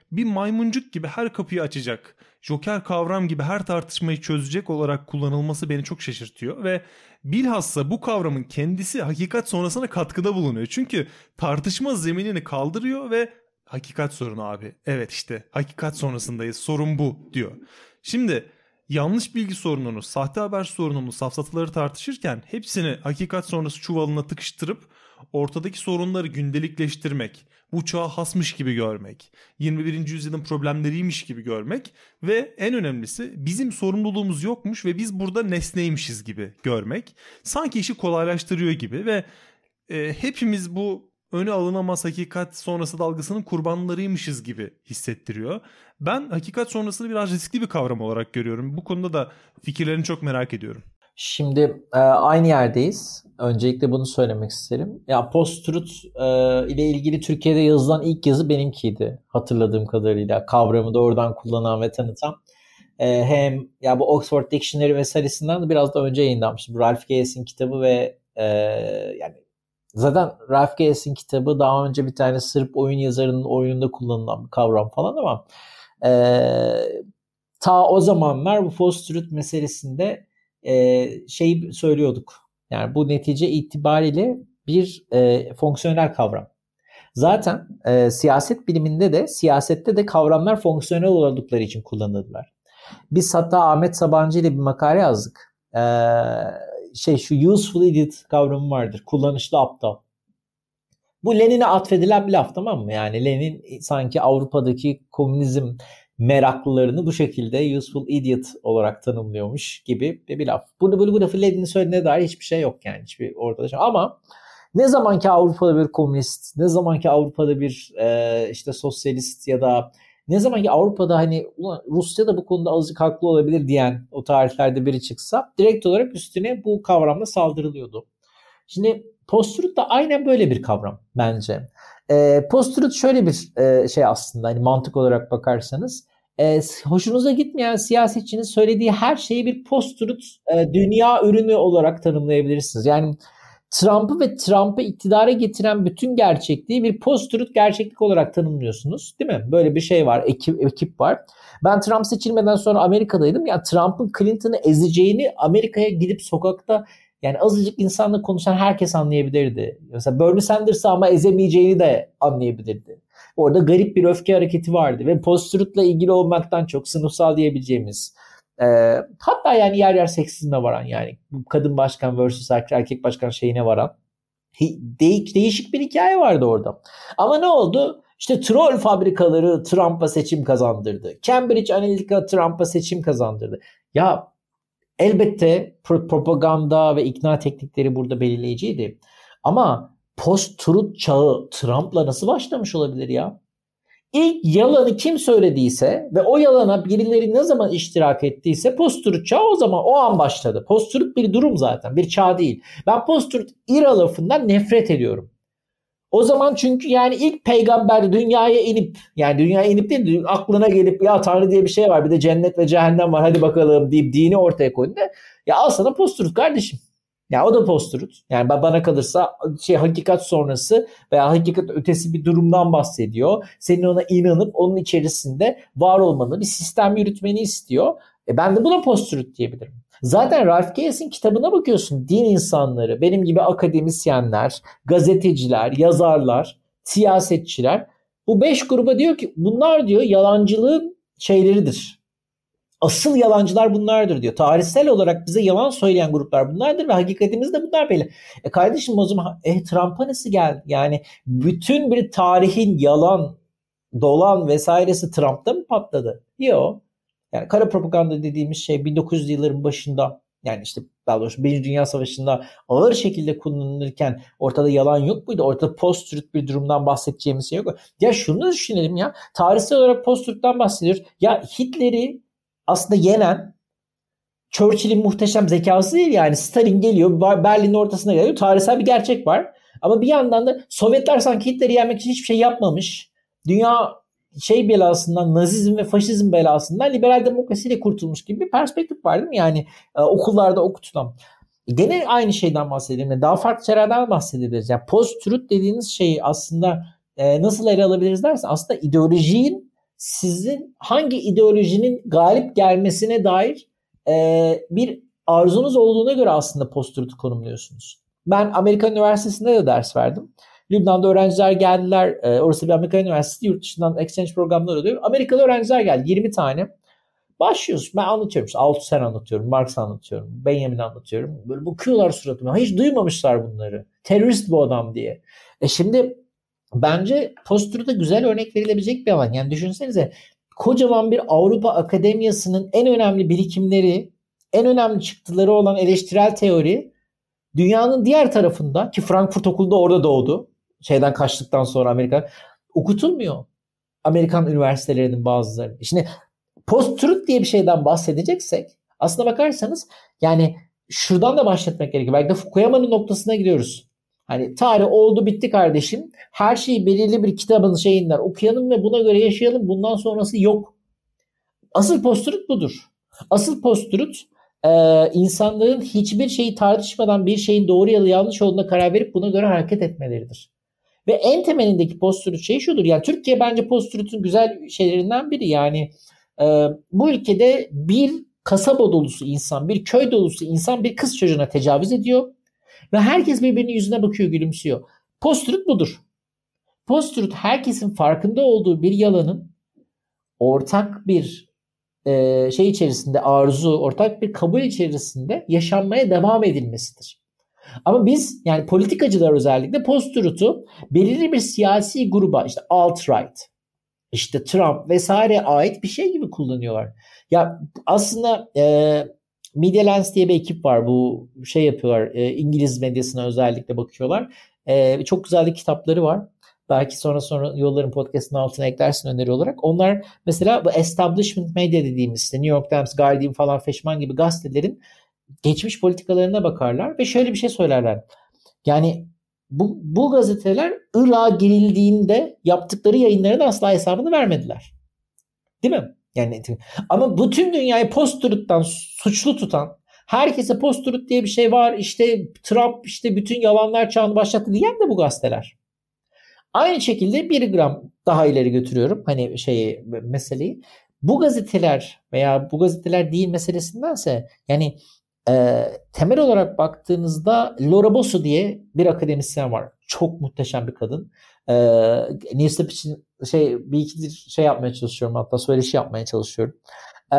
bir maymuncuk gibi her kapıyı açacak, Joker kavram gibi her tartışmayı çözecek olarak kullanılması beni çok şaşırtıyor ve bilhassa bu kavramın kendisi hakikat sonrasına katkıda bulunuyor. Çünkü tartışma zeminini kaldırıyor ve hakikat sorunu abi. Evet işte hakikat sonrasındayız, sorun bu diyor. Şimdi yanlış bilgi sorununu, sahte haber sorununu, safsataları tartışırken hepsini hakikat sonrası çuvalına tıkıştırıp ortadaki sorunları gündelikleştirmek, bu çağa hasmış gibi görmek, yirmi birinci yüzyılın problemleriymiş gibi görmek ve en önemlisi bizim sorumluluğumuz yokmuş ve biz burada nesneymişiz gibi görmek sanki işi kolaylaştırıyor gibi ve e, hepimiz bu öne alınamaz hakikat sonrası dalgasının kurbanlarıymışız gibi hissettiriyor. Ben hakikat sonrasını biraz riskli bir kavram olarak görüyorum. Bu konuda da fikirlerini çok merak ediyorum. Şimdi e, aynı yerdeyiz. Öncelikle bunu söylemek isterim. Ya post-truth e, ile ilgili Türkiye'de yazılan ilk yazı benimkiydi. Hatırladığım kadarıyla kavramı doğrudan kullanan ve tanıtan. E, hem ya bu Oxford Dictionary vesairesinden de biraz da önce yayınlanmıştı. Ralph Gayes'in kitabı ve e, yani zaten Ralph Gayes'in kitabı daha önce bir tane Sırp oyun yazarının oyununda kullanılan bir kavram falan ama e, ta o zamanlar bu post-truth meselesinde e, şey söylüyorduk. Yani bu netice itibariyle bir e, fonksiyonel kavram. Zaten e, siyaset biliminde de siyasette de kavramlar fonksiyonel oldukları için kullanılırlar. Biz hatta Ahmet Sabancı ile bir makale yazdık. E, şey şu useful idiot kavramı vardır. Kullanışlı aptal. Bu Lenin'e atfedilen bir laf, tamam mı? Yani Lenin sanki Avrupa'daki komünizm meraklılarını bu şekilde useful idiot olarak tanımlıyormuş gibi bir laf. Bunu bu, bu lafı Lenin'in söylediğine dair hiçbir şey yok yani. Hiçbir ortada şey. Ama ne zamanki Avrupa'da bir komünist, ne zamanki Avrupa'da bir e, işte sosyalist ya da ne zamanki Avrupa'da hani Rusya da bu konuda azıcık haklı olabilir diyen o tarihlerde biri çıksa direkt olarak üstüne bu kavramla saldırılıyordu. Şimdi post-truth da aynen böyle bir kavram bence. E, post-truth şöyle bir e, şey aslında hani mantık olarak bakarsanız e, hoşunuza gitmeyen siyasetçinin söylediği her şeyi bir post-truth e, dünya ürünü olarak tanımlayabilirsiniz. Yani Trump'ı ve Trump'ı iktidara getiren bütün gerçekliği bir post-truth gerçeklik olarak tanımlıyorsunuz, değil mi? Böyle bir şey var, ekip, ekip var. Ben Trump seçilmeden sonra Amerika'daydım. Yani Trump'ın Clinton'ı ezeceğini Amerika'ya gidip sokakta yani azıcık insanla konuşan herkes anlayabilirdi. Mesela Bernie Sanders'ı ama ezemeyeceğini de anlayabilirdi. Orada garip bir öfke hareketi vardı ve post-truth'la ilgili olmaktan çok sınıfsal diyebileceğimiz e, hatta yani yer yer seksizme varan yani kadın başkan versus erkek başkan şeyine varan de- değişik bir hikaye vardı orada. Ama ne oldu? İşte troll fabrikaları Trump'a seçim kazandırdı. Cambridge Analytica Trump'a seçim kazandırdı. Ya elbette propaganda ve ikna teknikleri burada belirleyiciydi. Ama post-truth çağı Trump'la nasıl başlamış olabilir ya? İlk yalanı kim söylediyse ve o yalana birileri ne zaman iştirak ettiyse post-truth çağı o zaman o an başladı. Post-truth bir durum zaten, bir çağ değil. Ben post-truth era lafından nefret ediyorum. O zaman çünkü yani ilk peygamber dünyaya inip yani dünyaya inip değil aklına gelip ya Tanrı diye bir şey var bir de cennet ve cehennem var hadi bakalım deyip dini ortaya koydu. Ya al sana post-truth kardeşim. Ya o da post-truth. Yani bana kalırsa şey hakikat sonrası veya hakikat ötesi bir durumdan bahsediyor. Senin ona inanıp onun içerisinde var olmanı bir sistem yürütmeni istiyor. E ben de buna post-truth diyebilirim. Zaten Ralph Gayes'in kitabına bakıyorsun. Din insanları, benim gibi akademisyenler, gazeteciler, yazarlar, siyasetçiler. Bu beş gruba diyor ki bunlar diyor yalancılığın şeyleridir. Asıl yalancılar bunlardır diyor. Tarihsel olarak bize yalan söyleyen gruplar bunlardır ve hakikatimiz de bunlar belli. E kardeşim o zaman e, Trump'a nasıl geldi? Yani bütün bir tarihin yalan, dolan vesairesi Trump'ta mı patladı? Yok. Yani kara propaganda dediğimiz şey bin dokuz yüzlü yılların başında yani işte daha doğrusu Birinci Dünya Savaşı'nda ağır şekilde kullanılırken ortada yalan yok muydu? Ortada post-truth bir durumdan bahsedeceğimiz şey yok. Ya şunu düşünelim ya tarihsel olarak post-truth'tan bahsediyoruz. Ya Hitler'i aslında yenen Churchill'in muhteşem zekası değil yani Stalin geliyor Berlin'in ortasına geliyor. Tarihsel bir gerçek var. Ama bir yandan da Sovyetler sanki Hitler'i yenmek için hiçbir şey yapmamış. Dünya şey belasından, Nazizm ve Faşizm belasından liberal demokrasiyle kurtulmuş gibi bir perspektif var değil mi? Yani e, okullarda okutulan. Gene aynı şeyden bahsedelim. Yani daha farklı şeylerden bahsedebiliriz. Yani post-truth dediğiniz şeyi aslında e, nasıl ele alabiliriz dersen aslında ideolojinin sizin hangi ideolojinin galip gelmesine dair e, bir arzunuz olduğuna göre aslında post-truth'u konumluyorsunuz. Ben Amerikan Üniversitesi'nde de ders verdim. Lübnan'da öğrenciler geldiler. E, orası bir Amerikan Üniversitesi. Yurt dışından exchange programları oluyor. Amerikalı öğrenciler geldi. yirmi tane. Başlıyoruz. Ben anlatıyorum. İşte Althusser anlatıyorum. Marx anlatıyorum. Benjamin anlatıyorum. Böyle bakıyorlar suratıma. Hiç duymamışlar bunları. Terörist bu adam diye. E şimdi bence post-truth'a güzel örnek verilebilecek bir alan. Yani düşünsenize kocaman bir Avrupa Akademiyası'nın en önemli birikimleri, en önemli çıktıları olan eleştirel teori dünyanın diğer tarafında, ki Frankfurt Okulu'da orada doğdu. Şeyden kaçtıktan sonra Amerika okutulmuyor. Amerikan üniversitelerinin bazıları. Şimdi post-truth diye bir şeyden bahsedeceksek aslına bakarsanız yani şuradan da başlatmak gerekiyor. Belki de Fukuyama'nın noktasına gidiyoruz. Hani tarih oldu bitti kardeşim. Her şeyi belirli bir kitabın şeyinden okuyalım ve buna göre yaşayalım. Bundan sonrası yok. Asıl post-truth budur. Asıl post-truth e, insanların hiçbir şeyi tartışmadan bir şeyin doğru ya da yanlış olduğuna karar verip buna göre hareket etmeleridir. Ve en temelindeki post-truth şey şudur. Yani Türkiye bence post-truth'un güzel şeylerinden biri. Yani e, bu ülkede bir kasaba dolusu insan, bir köy dolusu insan bir kız çocuğuna tecavüz ediyor. Ve herkes birbirinin yüzüne bakıyor, gülümsüyor. Post-truth budur. Post-truth herkesin farkında olduğu bir yalanın ortak bir e, şey içerisinde, arzu, ortak bir kabul içerisinde yaşanmaya devam edilmesidir. Ama biz yani politikacılar özellikle post-truth'u belirli bir siyasi gruba, işte alt-right, işte Trump vesaire ait bir şey gibi kullanıyorlar. Ya aslında e, Media Lens diye bir ekip var. Bu şey yapıyorlar. E, İngiliz medyasına özellikle bakıyorlar. E, çok güzel de kitapları var. Belki sonra sonra Yolların Podcast'ın altına eklersin öneri olarak. Onlar mesela bu establishment media dediğimiz işte New York Times, Guardian falan, Feşman gibi gazetelerin geçmiş politikalarına bakarlar ve şöyle bir şey söylerler. Yani bu, bu gazeteler Irak'a girildiğinde yaptıkları yayınların asla hesabını vermediler. Değil mi? Yani ama bütün dünyayı post-truth'tan suçlu tutan, herkese post-truth diye bir şey var, işte Trump işte bütün yalanlar çağını başlattı diyen de bu gazeteler. Aynı şekilde bir gram daha ileri götürüyorum hani şeyi, meseleyi. Bu gazeteler veya bu gazeteler değil meselesindense yani e, temel olarak baktığınızda Laura Bosso diye bir akademisyen var. Çok muhteşem bir kadın. E, Newstep için şey bir iki şey yapmaya çalışıyorum, hatta söyleşi yapmaya çalışıyorum. E,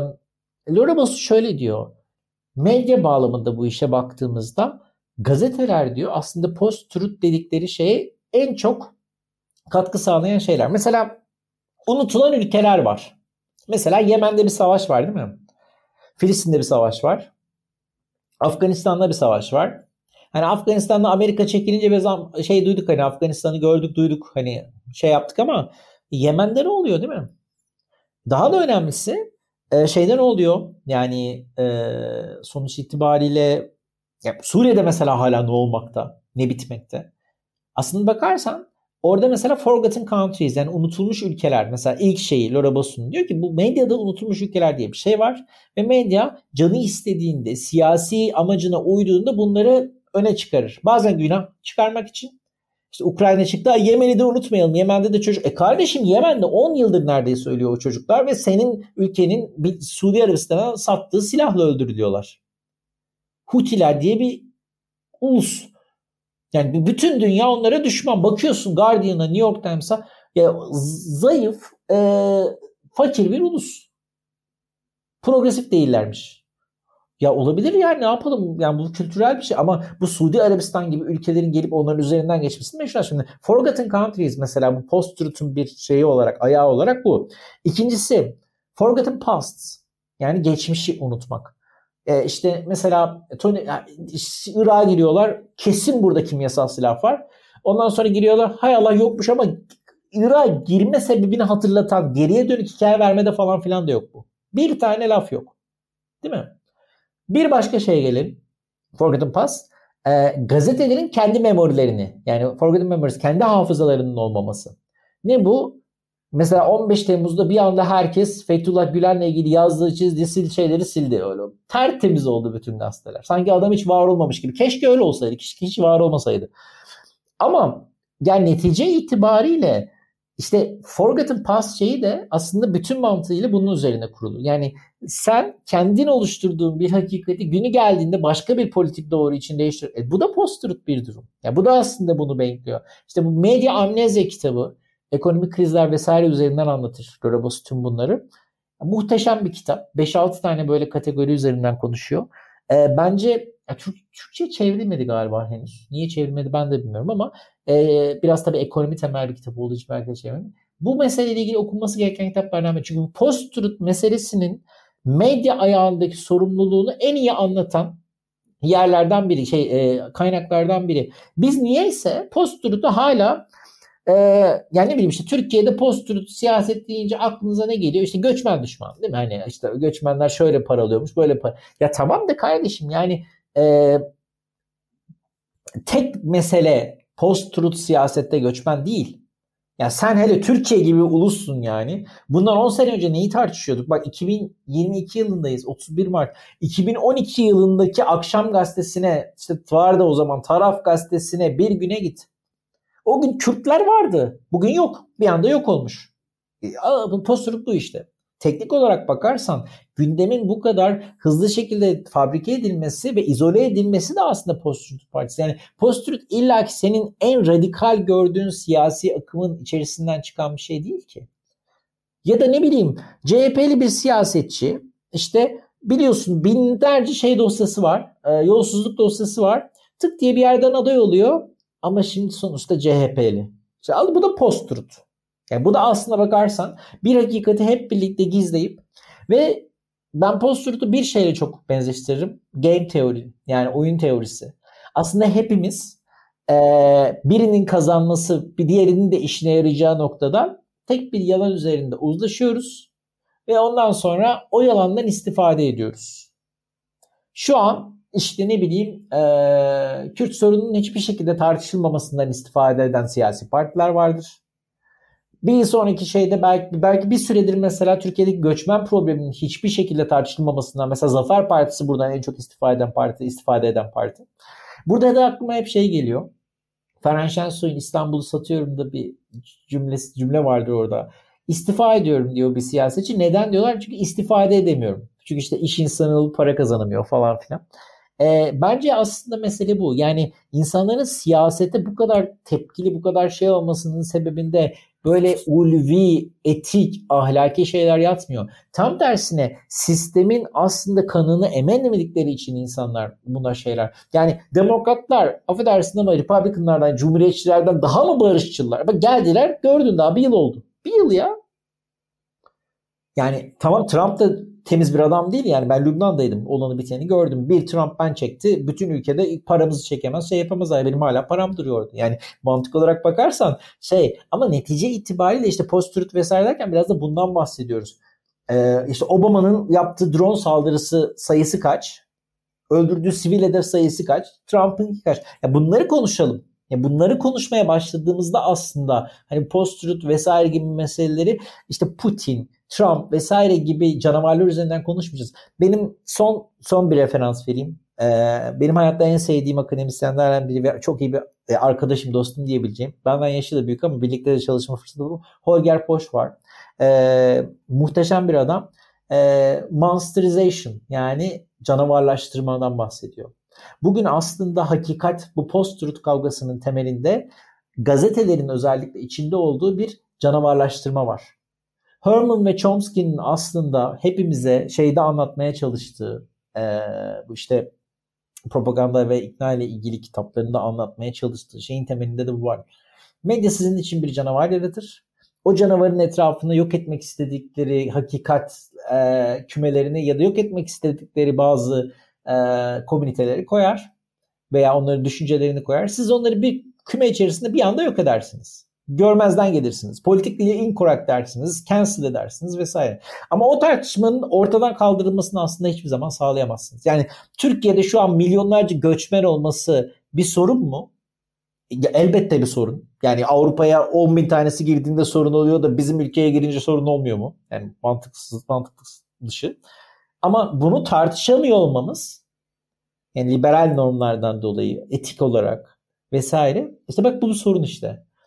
Laura Bosso şöyle diyor. Medya bağlamında bu işe baktığımızda gazeteler diyor aslında post-truth dedikleri şeye en çok katkı sağlayan şeyler. Mesela unutulan ülkeler var. Mesela Yemen'de bir savaş var değil mi? Filistin'de bir savaş var. Afganistan'da bir savaş var. Hani Afganistan'da Amerika çekilince bir zam şey duyduk, hani Afganistan'ı gördük duyduk, hani şey yaptık ama Yemen'de ne oluyor değil mi? Daha da önemlisi e, şeyden oluyor yani e, sonuç itibariyle ya Suriye'de mesela hala ne olmakta, ne bitmekte. Aslında bakarsan orada mesela forgotten countries, yani unutulmuş ülkeler, mesela ilk şeyi Laura Bosso'nun diyor ki bu medyada unutulmuş ülkeler diye bir şey var ve medya canı istediğinde, siyasi amacına uyduğunda bunları öne çıkarır. Bazen günah çıkarmak için. İşte Ukrayna çıktı. Yemen'i de unutmayalım. Yemen'de de çocuk. E kardeşim Yemen'de on yıldır neredeyse ölüyor o çocuklar ve senin ülkenin bir Suudi Arabistan'a sattığı silahla öldürülüyorlar. Hutiler diye bir ulus. Yani bütün dünya onlara düşman. Bakıyorsun Guardian'a, New York Times'a, ya zayıf, e, fakir bir ulus. Progresif değillermiş. Ya olabilir yani, ne yapalım? Yani bu kültürel bir şey ama bu Suudi Arabistan gibi ülkelerin gelip onların üzerinden geçmesini meşhur. Şimdi Forgotten Countries mesela bu post-truth'un bir şeyi olarak, ayağı olarak bu. İkincisi Forgotten Pasts, yani geçmişi unutmak. Ee, işte mesela Tony, Irak'a giriyorlar, kesin burada kimyasal silah var. Ondan sonra giriyorlar, hay Allah yokmuş, ama Irak'a girme sebebini hatırlatan, geriye dönük hikaye vermede falan filan da yok bu. Bir tane laf yok. Değil mi? Bir başka şeye gelelim. Forgotten Past. E, gazetelerin kendi memorilerini, yani Forgotten Memories, kendi hafızalarının olmaması. Ne bu? Mesela on beş Temmuz'da bir anda herkes Fethullah Gülen'le ilgili yazdığı, çizdiği sil şeyleri sildi. Öyle tertemiz oldu bütün gazeteler. Sanki adam hiç var olmamış gibi. Keşke öyle olsaydı. Keşke hiç var olmasaydı. Ama yani netice itibariyle İşte Forgotten Past şeyi de aslında bütün mantığıyla bunun üzerine kurulu. Yani sen kendin oluşturduğun bir hakikati günü geldiğinde başka bir politik doğru için değiştir. E, bu da post-truth bir durum. Ya bu da aslında bunu bekliyor. İşte bu Medya Amnezya kitabı ekonomik krizler vesaire üzerinden anlatır Dorobos tüm bunları. Muhteşem bir kitap. beş altı tane böyle kategori üzerinden konuşuyor. E, bence ya, Türk, Türkçe çevrilmedi galiba henüz. Niye çevrilmedi ben de bilmiyorum ama e, biraz tabii ekonomi temel bir kitap olduğu için belki de çevrilmedi. Bu meseleyle ilgili okunması gereken kitaplardan biri. Çünkü bu post-truth meselesinin medya ayağındaki sorumluluğunu en iyi anlatan yerlerden biri, şey e, kaynaklardan biri. Biz niyeyse post-truth'u hala e, yani ne bileyim işte Türkiye'de post-truth siyaset deyince aklınıza ne geliyor? İşte göçmen düşman değil mi? Hani işte göçmenler şöyle paralıyormuş, böyle para. Ya tamam da kardeşim yani e, tek mesele post-truth siyasette göçmen değil. Ya sen hele Türkiye gibi ulussun yani. Bundan on sene önce neyi tartışıyorduk? Bak iki bin yirmi iki yılındayız. otuz bir Mart. iki bin on iki yılındaki Akşam Gazetesi'ne, işte vardı o zaman Taraf Gazetesi'ne bir güne git. O gün Kürtler vardı. Bugün yok. Bir anda yok olmuş. Post-truth bu işte. Teknik olarak bakarsan gündemin bu kadar hızlı şekilde fabrike edilmesi ve izole edilmesi de aslında post-truth partisi. Yani post-truth illaki senin en radikal gördüğün siyasi akımın içerisinden çıkan bir şey değil ki. Ya da ne bileyim C H P'li bir siyasetçi işte biliyorsun binlerce şey dosyası var. E, yolsuzluk dosyası var. Tık diye bir yerden aday oluyor ama şimdi sonuçta C H P'li. İşte al bu da post-truth. Yani bu da aslına bakarsan bir hakikati hep birlikte gizleyip ve ben post-truth'u bir şeyle çok benzeştiririm. Game teori, yani oyun teorisi. Aslında hepimiz e, birinin kazanması bir diğerinin de işine yarayacağı noktada tek bir yalan üzerinde uzlaşıyoruz ve ondan sonra o yalandan istifade ediyoruz. Şu an işte ne bileyim e, Kürt sorununun hiçbir şekilde tartışılmamasından istifade eden siyasi partiler vardır. Bir sonraki şeyde belki belki bir süredir mesela Türkiye'deki göçmen probleminin hiçbir şekilde tartışılmamasından mesela Zafer Partisi buradan en çok istifade eden parti, istifade eden parti. Burada da aklıma hep şey geliyor. Ferhan Şensoy'un İstanbul'u satıyorum da bir cümlesi cümle vardır orada. İstifa ediyorum diyor bir siyasetçi. Neden diyorlar? Çünkü istifade edemiyorum. Çünkü işte iş insanı olup para kazanamıyor falan filan. E, bence aslında mesele bu. Yani insanların siyasete bu kadar tepkili, bu kadar şey olmasının sebebinde böyle ulvi, etik, ahlaki şeyler yatmıyor. Tam tersine sistemin aslında kanını ememedikleri için insanlar bunlar şeyler. Yani demokratlar, affedersin ama Republicanlardan, Cumhuriyetçilerden daha mı barışçılar? Bak geldiler, gördün daha bir yıl oldu. Bir yıl ya. Yani tamam Trump da temiz bir adam değil yani ben Lübnan'daydım olanı biteni gördüm. Bir Trump ben çekti bütün ülkede paramızı çekemez şey yapamaz ay benim hala param duruyordu. Yani mantık olarak bakarsan şey ama netice itibariyle işte post-truth vesaire derken biraz da bundan bahsediyoruz. Ee, işte Obama'nın yaptığı drone saldırısı sayısı kaç? Öldürdüğü sivil hedef sayısı kaç? Trump'ın kaç? Ya bunları konuşalım. Ya bunları konuşmaya başladığımızda aslında hani post-truth vesaire gibi meseleleri işte Putin, Trump vesaire gibi canavarlar üzerinden konuşmayacağız. Benim son son bir referans vereyim. Ee, benim hayatta en sevdiğim akademisyenlerden biri ve çok iyi bir arkadaşım, dostum diyebileceğim. Benden yaşı da büyük ama birlikte de çalışma fırsatı buldum. Holger Posch var. Ee, muhteşem bir adam. Ee, monsterization yani canavarlaştırmadan bahsediyor. Bugün aslında hakikat bu post-truth kavgasının temelinde gazetelerin özellikle içinde olduğu bir canavarlaştırma var. Herman ve Chomsky'nin aslında hepimize şeyde anlatmaya çalıştığı e, bu işte propaganda ve ikna ile ilgili kitaplarında anlatmaya çalıştığı şeyin temelinde de bu var. Medya sizin için bir canavar yaratır. O canavarın etrafını yok etmek istedikleri hakikat e, kümelerini ya da yok etmek istedikleri bazı e, komüniteleri koyar veya onların düşüncelerini koyar. Siz onları bir küme içerisinde bir anda yok edersiniz. Görmezden gelirsiniz. Politically incorrect dersiniz, cancel edersiniz vesaire. Ama o tartışmanın ortadan kaldırılmasını aslında hiçbir zaman sağlayamazsınız. Yani Türkiye'de şu an milyonlarca göçmen olması bir sorun mu? Elbette bir sorun. Yani Avrupa'ya on bin tanesi girdiğinde sorun oluyor da bizim ülkeye girince sorun olmuyor mu? Yani mantıksız, mantıksız dışı. Ama bunu tartışamıyor olmamız yani liberal normlardan dolayı etik olarak vesaire işte bak bu bir sorun işte.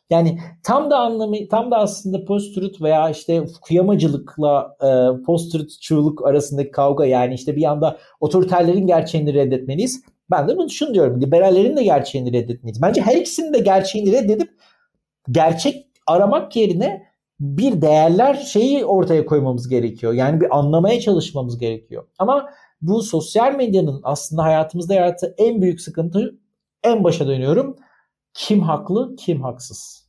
Yani tam da anlamı, tam da aslında post-truth veya işte kıyamacılıkla e, post-truthçuluk arasındaki kavga, yani işte bir yanda otoriterlerin gerçeğini reddetmeliyiz. Ben de bunu şunu diyorum, liberallerin de gerçeğini reddetmeliyiz. Bence her ikisinin de gerçeğini reddedip gerçek aramak yerine bir değerler şeyi ortaya koymamız gerekiyor. Yani bir anlamaya çalışmamız gerekiyor. Ama bu sosyal medyanın aslında hayatımızda yarattığı en büyük sıkıntı, en başa dönüyorum. Kim haklı, kim haksız?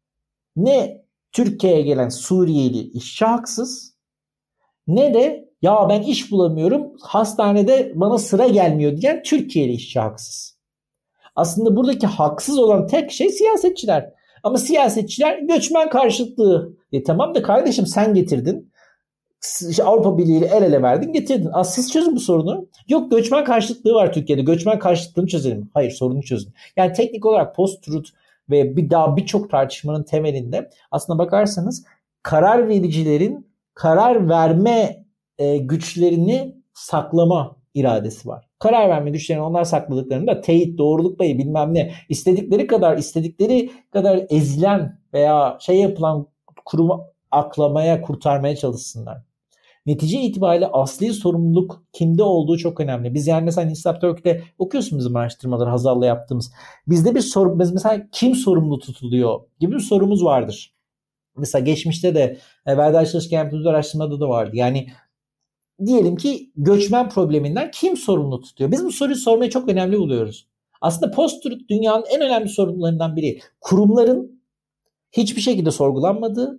Ne Türkiye'ye gelen Suriyeli işçi haksız, ne de ya ben iş bulamıyorum, hastanede bana sıra gelmiyor diyen Türkiye'li işçi haksız. Aslında buradaki haksız olan tek şey siyasetçiler. Ama siyasetçiler göçmen karşıtlığı. E tamam da kardeşim, sen getirdin. Avrupa Birliği ile el ele verdin, getirdin. Az siz çözün bu sorunu. Yok, göçmen karşıtlığı var Türkiye'de. Göçmen karşıtlığını çözelim. Hayır, sorunu çözün. Yani teknik olarak post-truth ve bir daha birçok tartışmanın temelinde aslında bakarsanız karar vericilerin karar verme e, güçlerini saklama iradesi var. Karar verme güçlerini onlar sakladıklarında teyit, doğruluk payı bilmem ne istedikleri kadar istedikleri kadar ezilen veya şey yapılan kurumu aklamaya, kurtarmaya çalışsınlar. Netice itibariyle asli sorumluluk kimde olduğu çok önemli. Biz yani mesela Nisap Türk'te okuyorsun bizim araştırmaları Hazal'la yaptığımız. Bizde bir soru, mesela kim sorumlu tutuluyor gibi bir sorumuz vardır. Mesela geçmişte de Verda Çalışkan yaptığımız araştırmada da vardı. Yani diyelim ki göçmen probleminden kim sorumlu tutuyor? Biz bu soruyu sormayı çok önemli buluyoruz. Aslında post-truth dünyanın en önemli sorunlarından biri. Kurumların hiçbir şekilde sorgulanmadığı,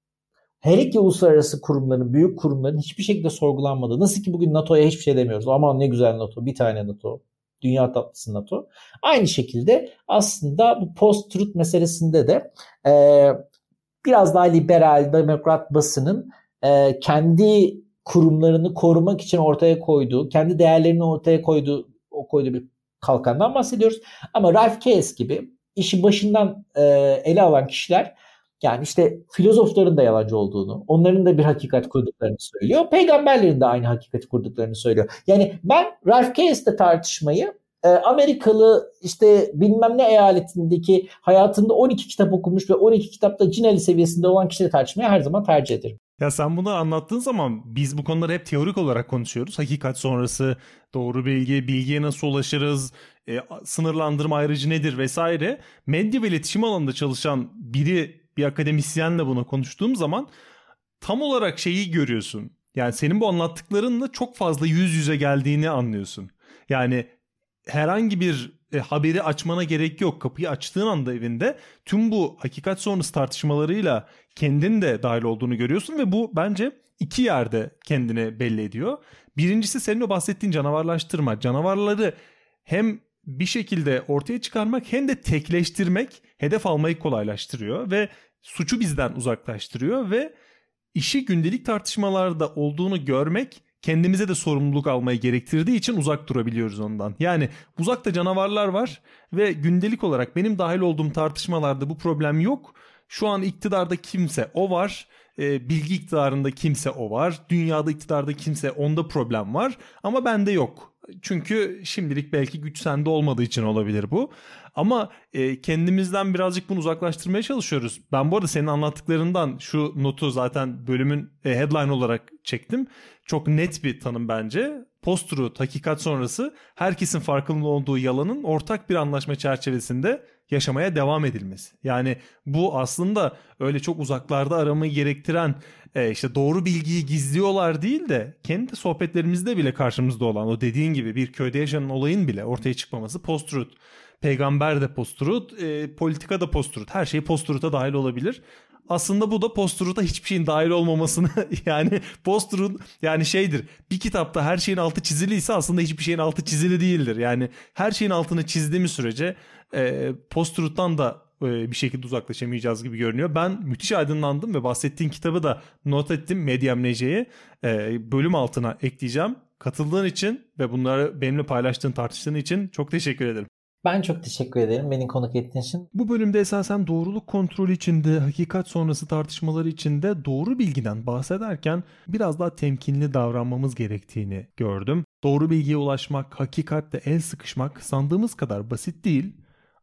her iki uluslararası kurumların, büyük kurumların hiçbir şekilde sorgulanmadığı. Nasıl ki bugün NATO'ya hiçbir şey demiyoruz. Aman ne güzel NATO, bir tane NATO, dünya tatlısı NATO. Aynı şekilde aslında bu post-truth meselesinde de e, biraz daha liberal, demokrat basının e, kendi kurumlarını korumak için ortaya koyduğu, kendi değerlerini ortaya koyduğu, o koyduğu bir kalkandan bahsediyoruz. Ama Ralph Keyes gibi işi başından e, ele alan kişiler, yani işte filozofların da yalancı olduğunu, onların da bir hakikat kurduklarını söylüyor. Peygamberlerin de aynı hakikati kurduklarını söylüyor. Yani ben Ralph Keyes'te tartışmayı e, Amerikalı işte bilmem ne eyaletindeki hayatında on iki kitap okumuş ve on iki kitapta Cinali seviyesinde olan kişiyle tartışmayı her zaman tercih ederim. Ya sen bunu anlattığın zaman biz bu konuları hep teorik olarak konuşuyoruz. Hakikat sonrası, doğru bilgi, bilgiye nasıl ulaşırız, e, sınırlandırma ayrıcı nedir vesaire. Medya ve iletişim alanında çalışan biri, bir akademisyenle bunu konuştuğum zaman tam olarak şeyi görüyorsun. Yani senin bu anlattıklarınla çok fazla yüz yüze geldiğini anlıyorsun. Yani herhangi bir e, haberi açmana gerek yok. Kapıyı açtığın anda evinde tüm bu hakikat sonrası tartışmalarıyla kendin de dahil olduğunu görüyorsun ve bu bence iki yerde kendini belli ediyor. Birincisi senin o bahsettiğin canavarlaştırma. Canavarları hem bir şekilde ortaya çıkarmak hem de tekleştirmek hedef almayı kolaylaştırıyor ve suçu bizden uzaklaştırıyor ve işi gündelik tartışmalarda olduğunu görmek kendimize de sorumluluk almayı gerektirdiği için uzak durabiliyoruz ondan. Yani uzakta canavarlar var ve gündelik olarak benim dahil olduğum tartışmalarda bu problem yok. Şu an iktidarda kimse o var. E, bilgi iktidarında kimse o var. Dünyada iktidarda kimse, onda problem var. Ama bende yok. Çünkü şimdilik belki güç sende olmadığı için olabilir bu. Ama e, kendimizden birazcık bunu uzaklaştırmaya çalışıyoruz. Ben bu arada senin anlattıklarından şu notu zaten bölümün e, headline olarak çektim. Çok net bir tanım bence. Post-truth, hakikat sonrası, herkesin farkında olduğu yalanın ortak bir anlaşma çerçevesinde yaşamaya devam edilmesi. Yani bu aslında öyle çok uzaklarda aramayı gerektiren e, işte doğru bilgiyi gizliyorlar değil de kendi sohbetlerimizde bile karşımızda olan o dediğin gibi bir köyde yaşanan olayın bile ortaya çıkmaması post-truth. Peygamber de post-truth, e, politika da post-truth. Her şey post-truth'a dahil olabilir. Aslında bu da post-truth'a hiçbir şeyin dahil olmamasını yani post-truth yani şeydir, bir kitapta her şeyin altı çiziliyse aslında hiçbir şeyin altı çizili değildir. Yani her şeyin altını çizdiğimiz sürece e, post-truth'tan da e, bir şekilde uzaklaşamayacağız gibi görünüyor. Ben müthiş aydınlandım ve bahsettiğin kitabı da not ettim, Medyam Nece'ye e, bölüm altına ekleyeceğim. Katıldığın için ve bunları benimle paylaştığın, tartıştığın için çok teşekkür ederim. Ben çok teşekkür ederim beni konuk ettiğin için. Bu bölümde esasen doğruluk kontrolü içinde, hakikat sonrası tartışmaları içinde doğru bilgiden bahsederken biraz daha temkinli davranmamız gerektiğini gördüm. Doğru bilgiye ulaşmak, hakikatle el sıkışmak sandığımız kadar basit değil.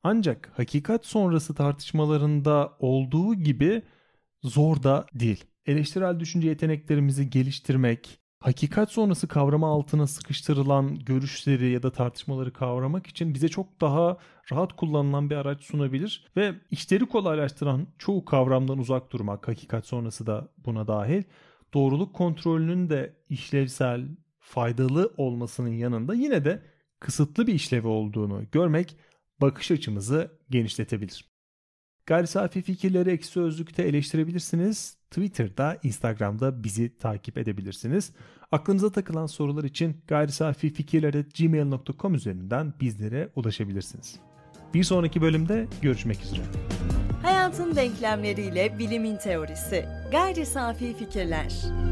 Ancak hakikat sonrası tartışmalarında olduğu gibi zor da değil. Eleştirel düşünce yeteneklerimizi geliştirmek, hakikat sonrası kavrama altına sıkıştırılan görüşleri ya da tartışmaları kavramak için bize çok daha rahat kullanılan bir araç sunabilir ve işleri kolaylaştıran çoğu kavramdan uzak durmak, hakikat sonrası da buna dahil, doğruluk kontrolünün de işlevsel, faydalı olmasının yanında yine de kısıtlı bir işlevi olduğunu görmek bakış açımızı genişletebilir. Gayri safi fikirleri Ekşi Sözlük'te eleştirebilirsiniz. Twitter'da, Instagram'da bizi takip edebilirsiniz. Aklınıza takılan sorular için gayrisafifikirler at gmail nokta com üzerinden bizlere ulaşabilirsiniz. Bir sonraki bölümde görüşmek üzere. Hayatın denklemleriyle bilimin teorisi. Gayri safi fikirler.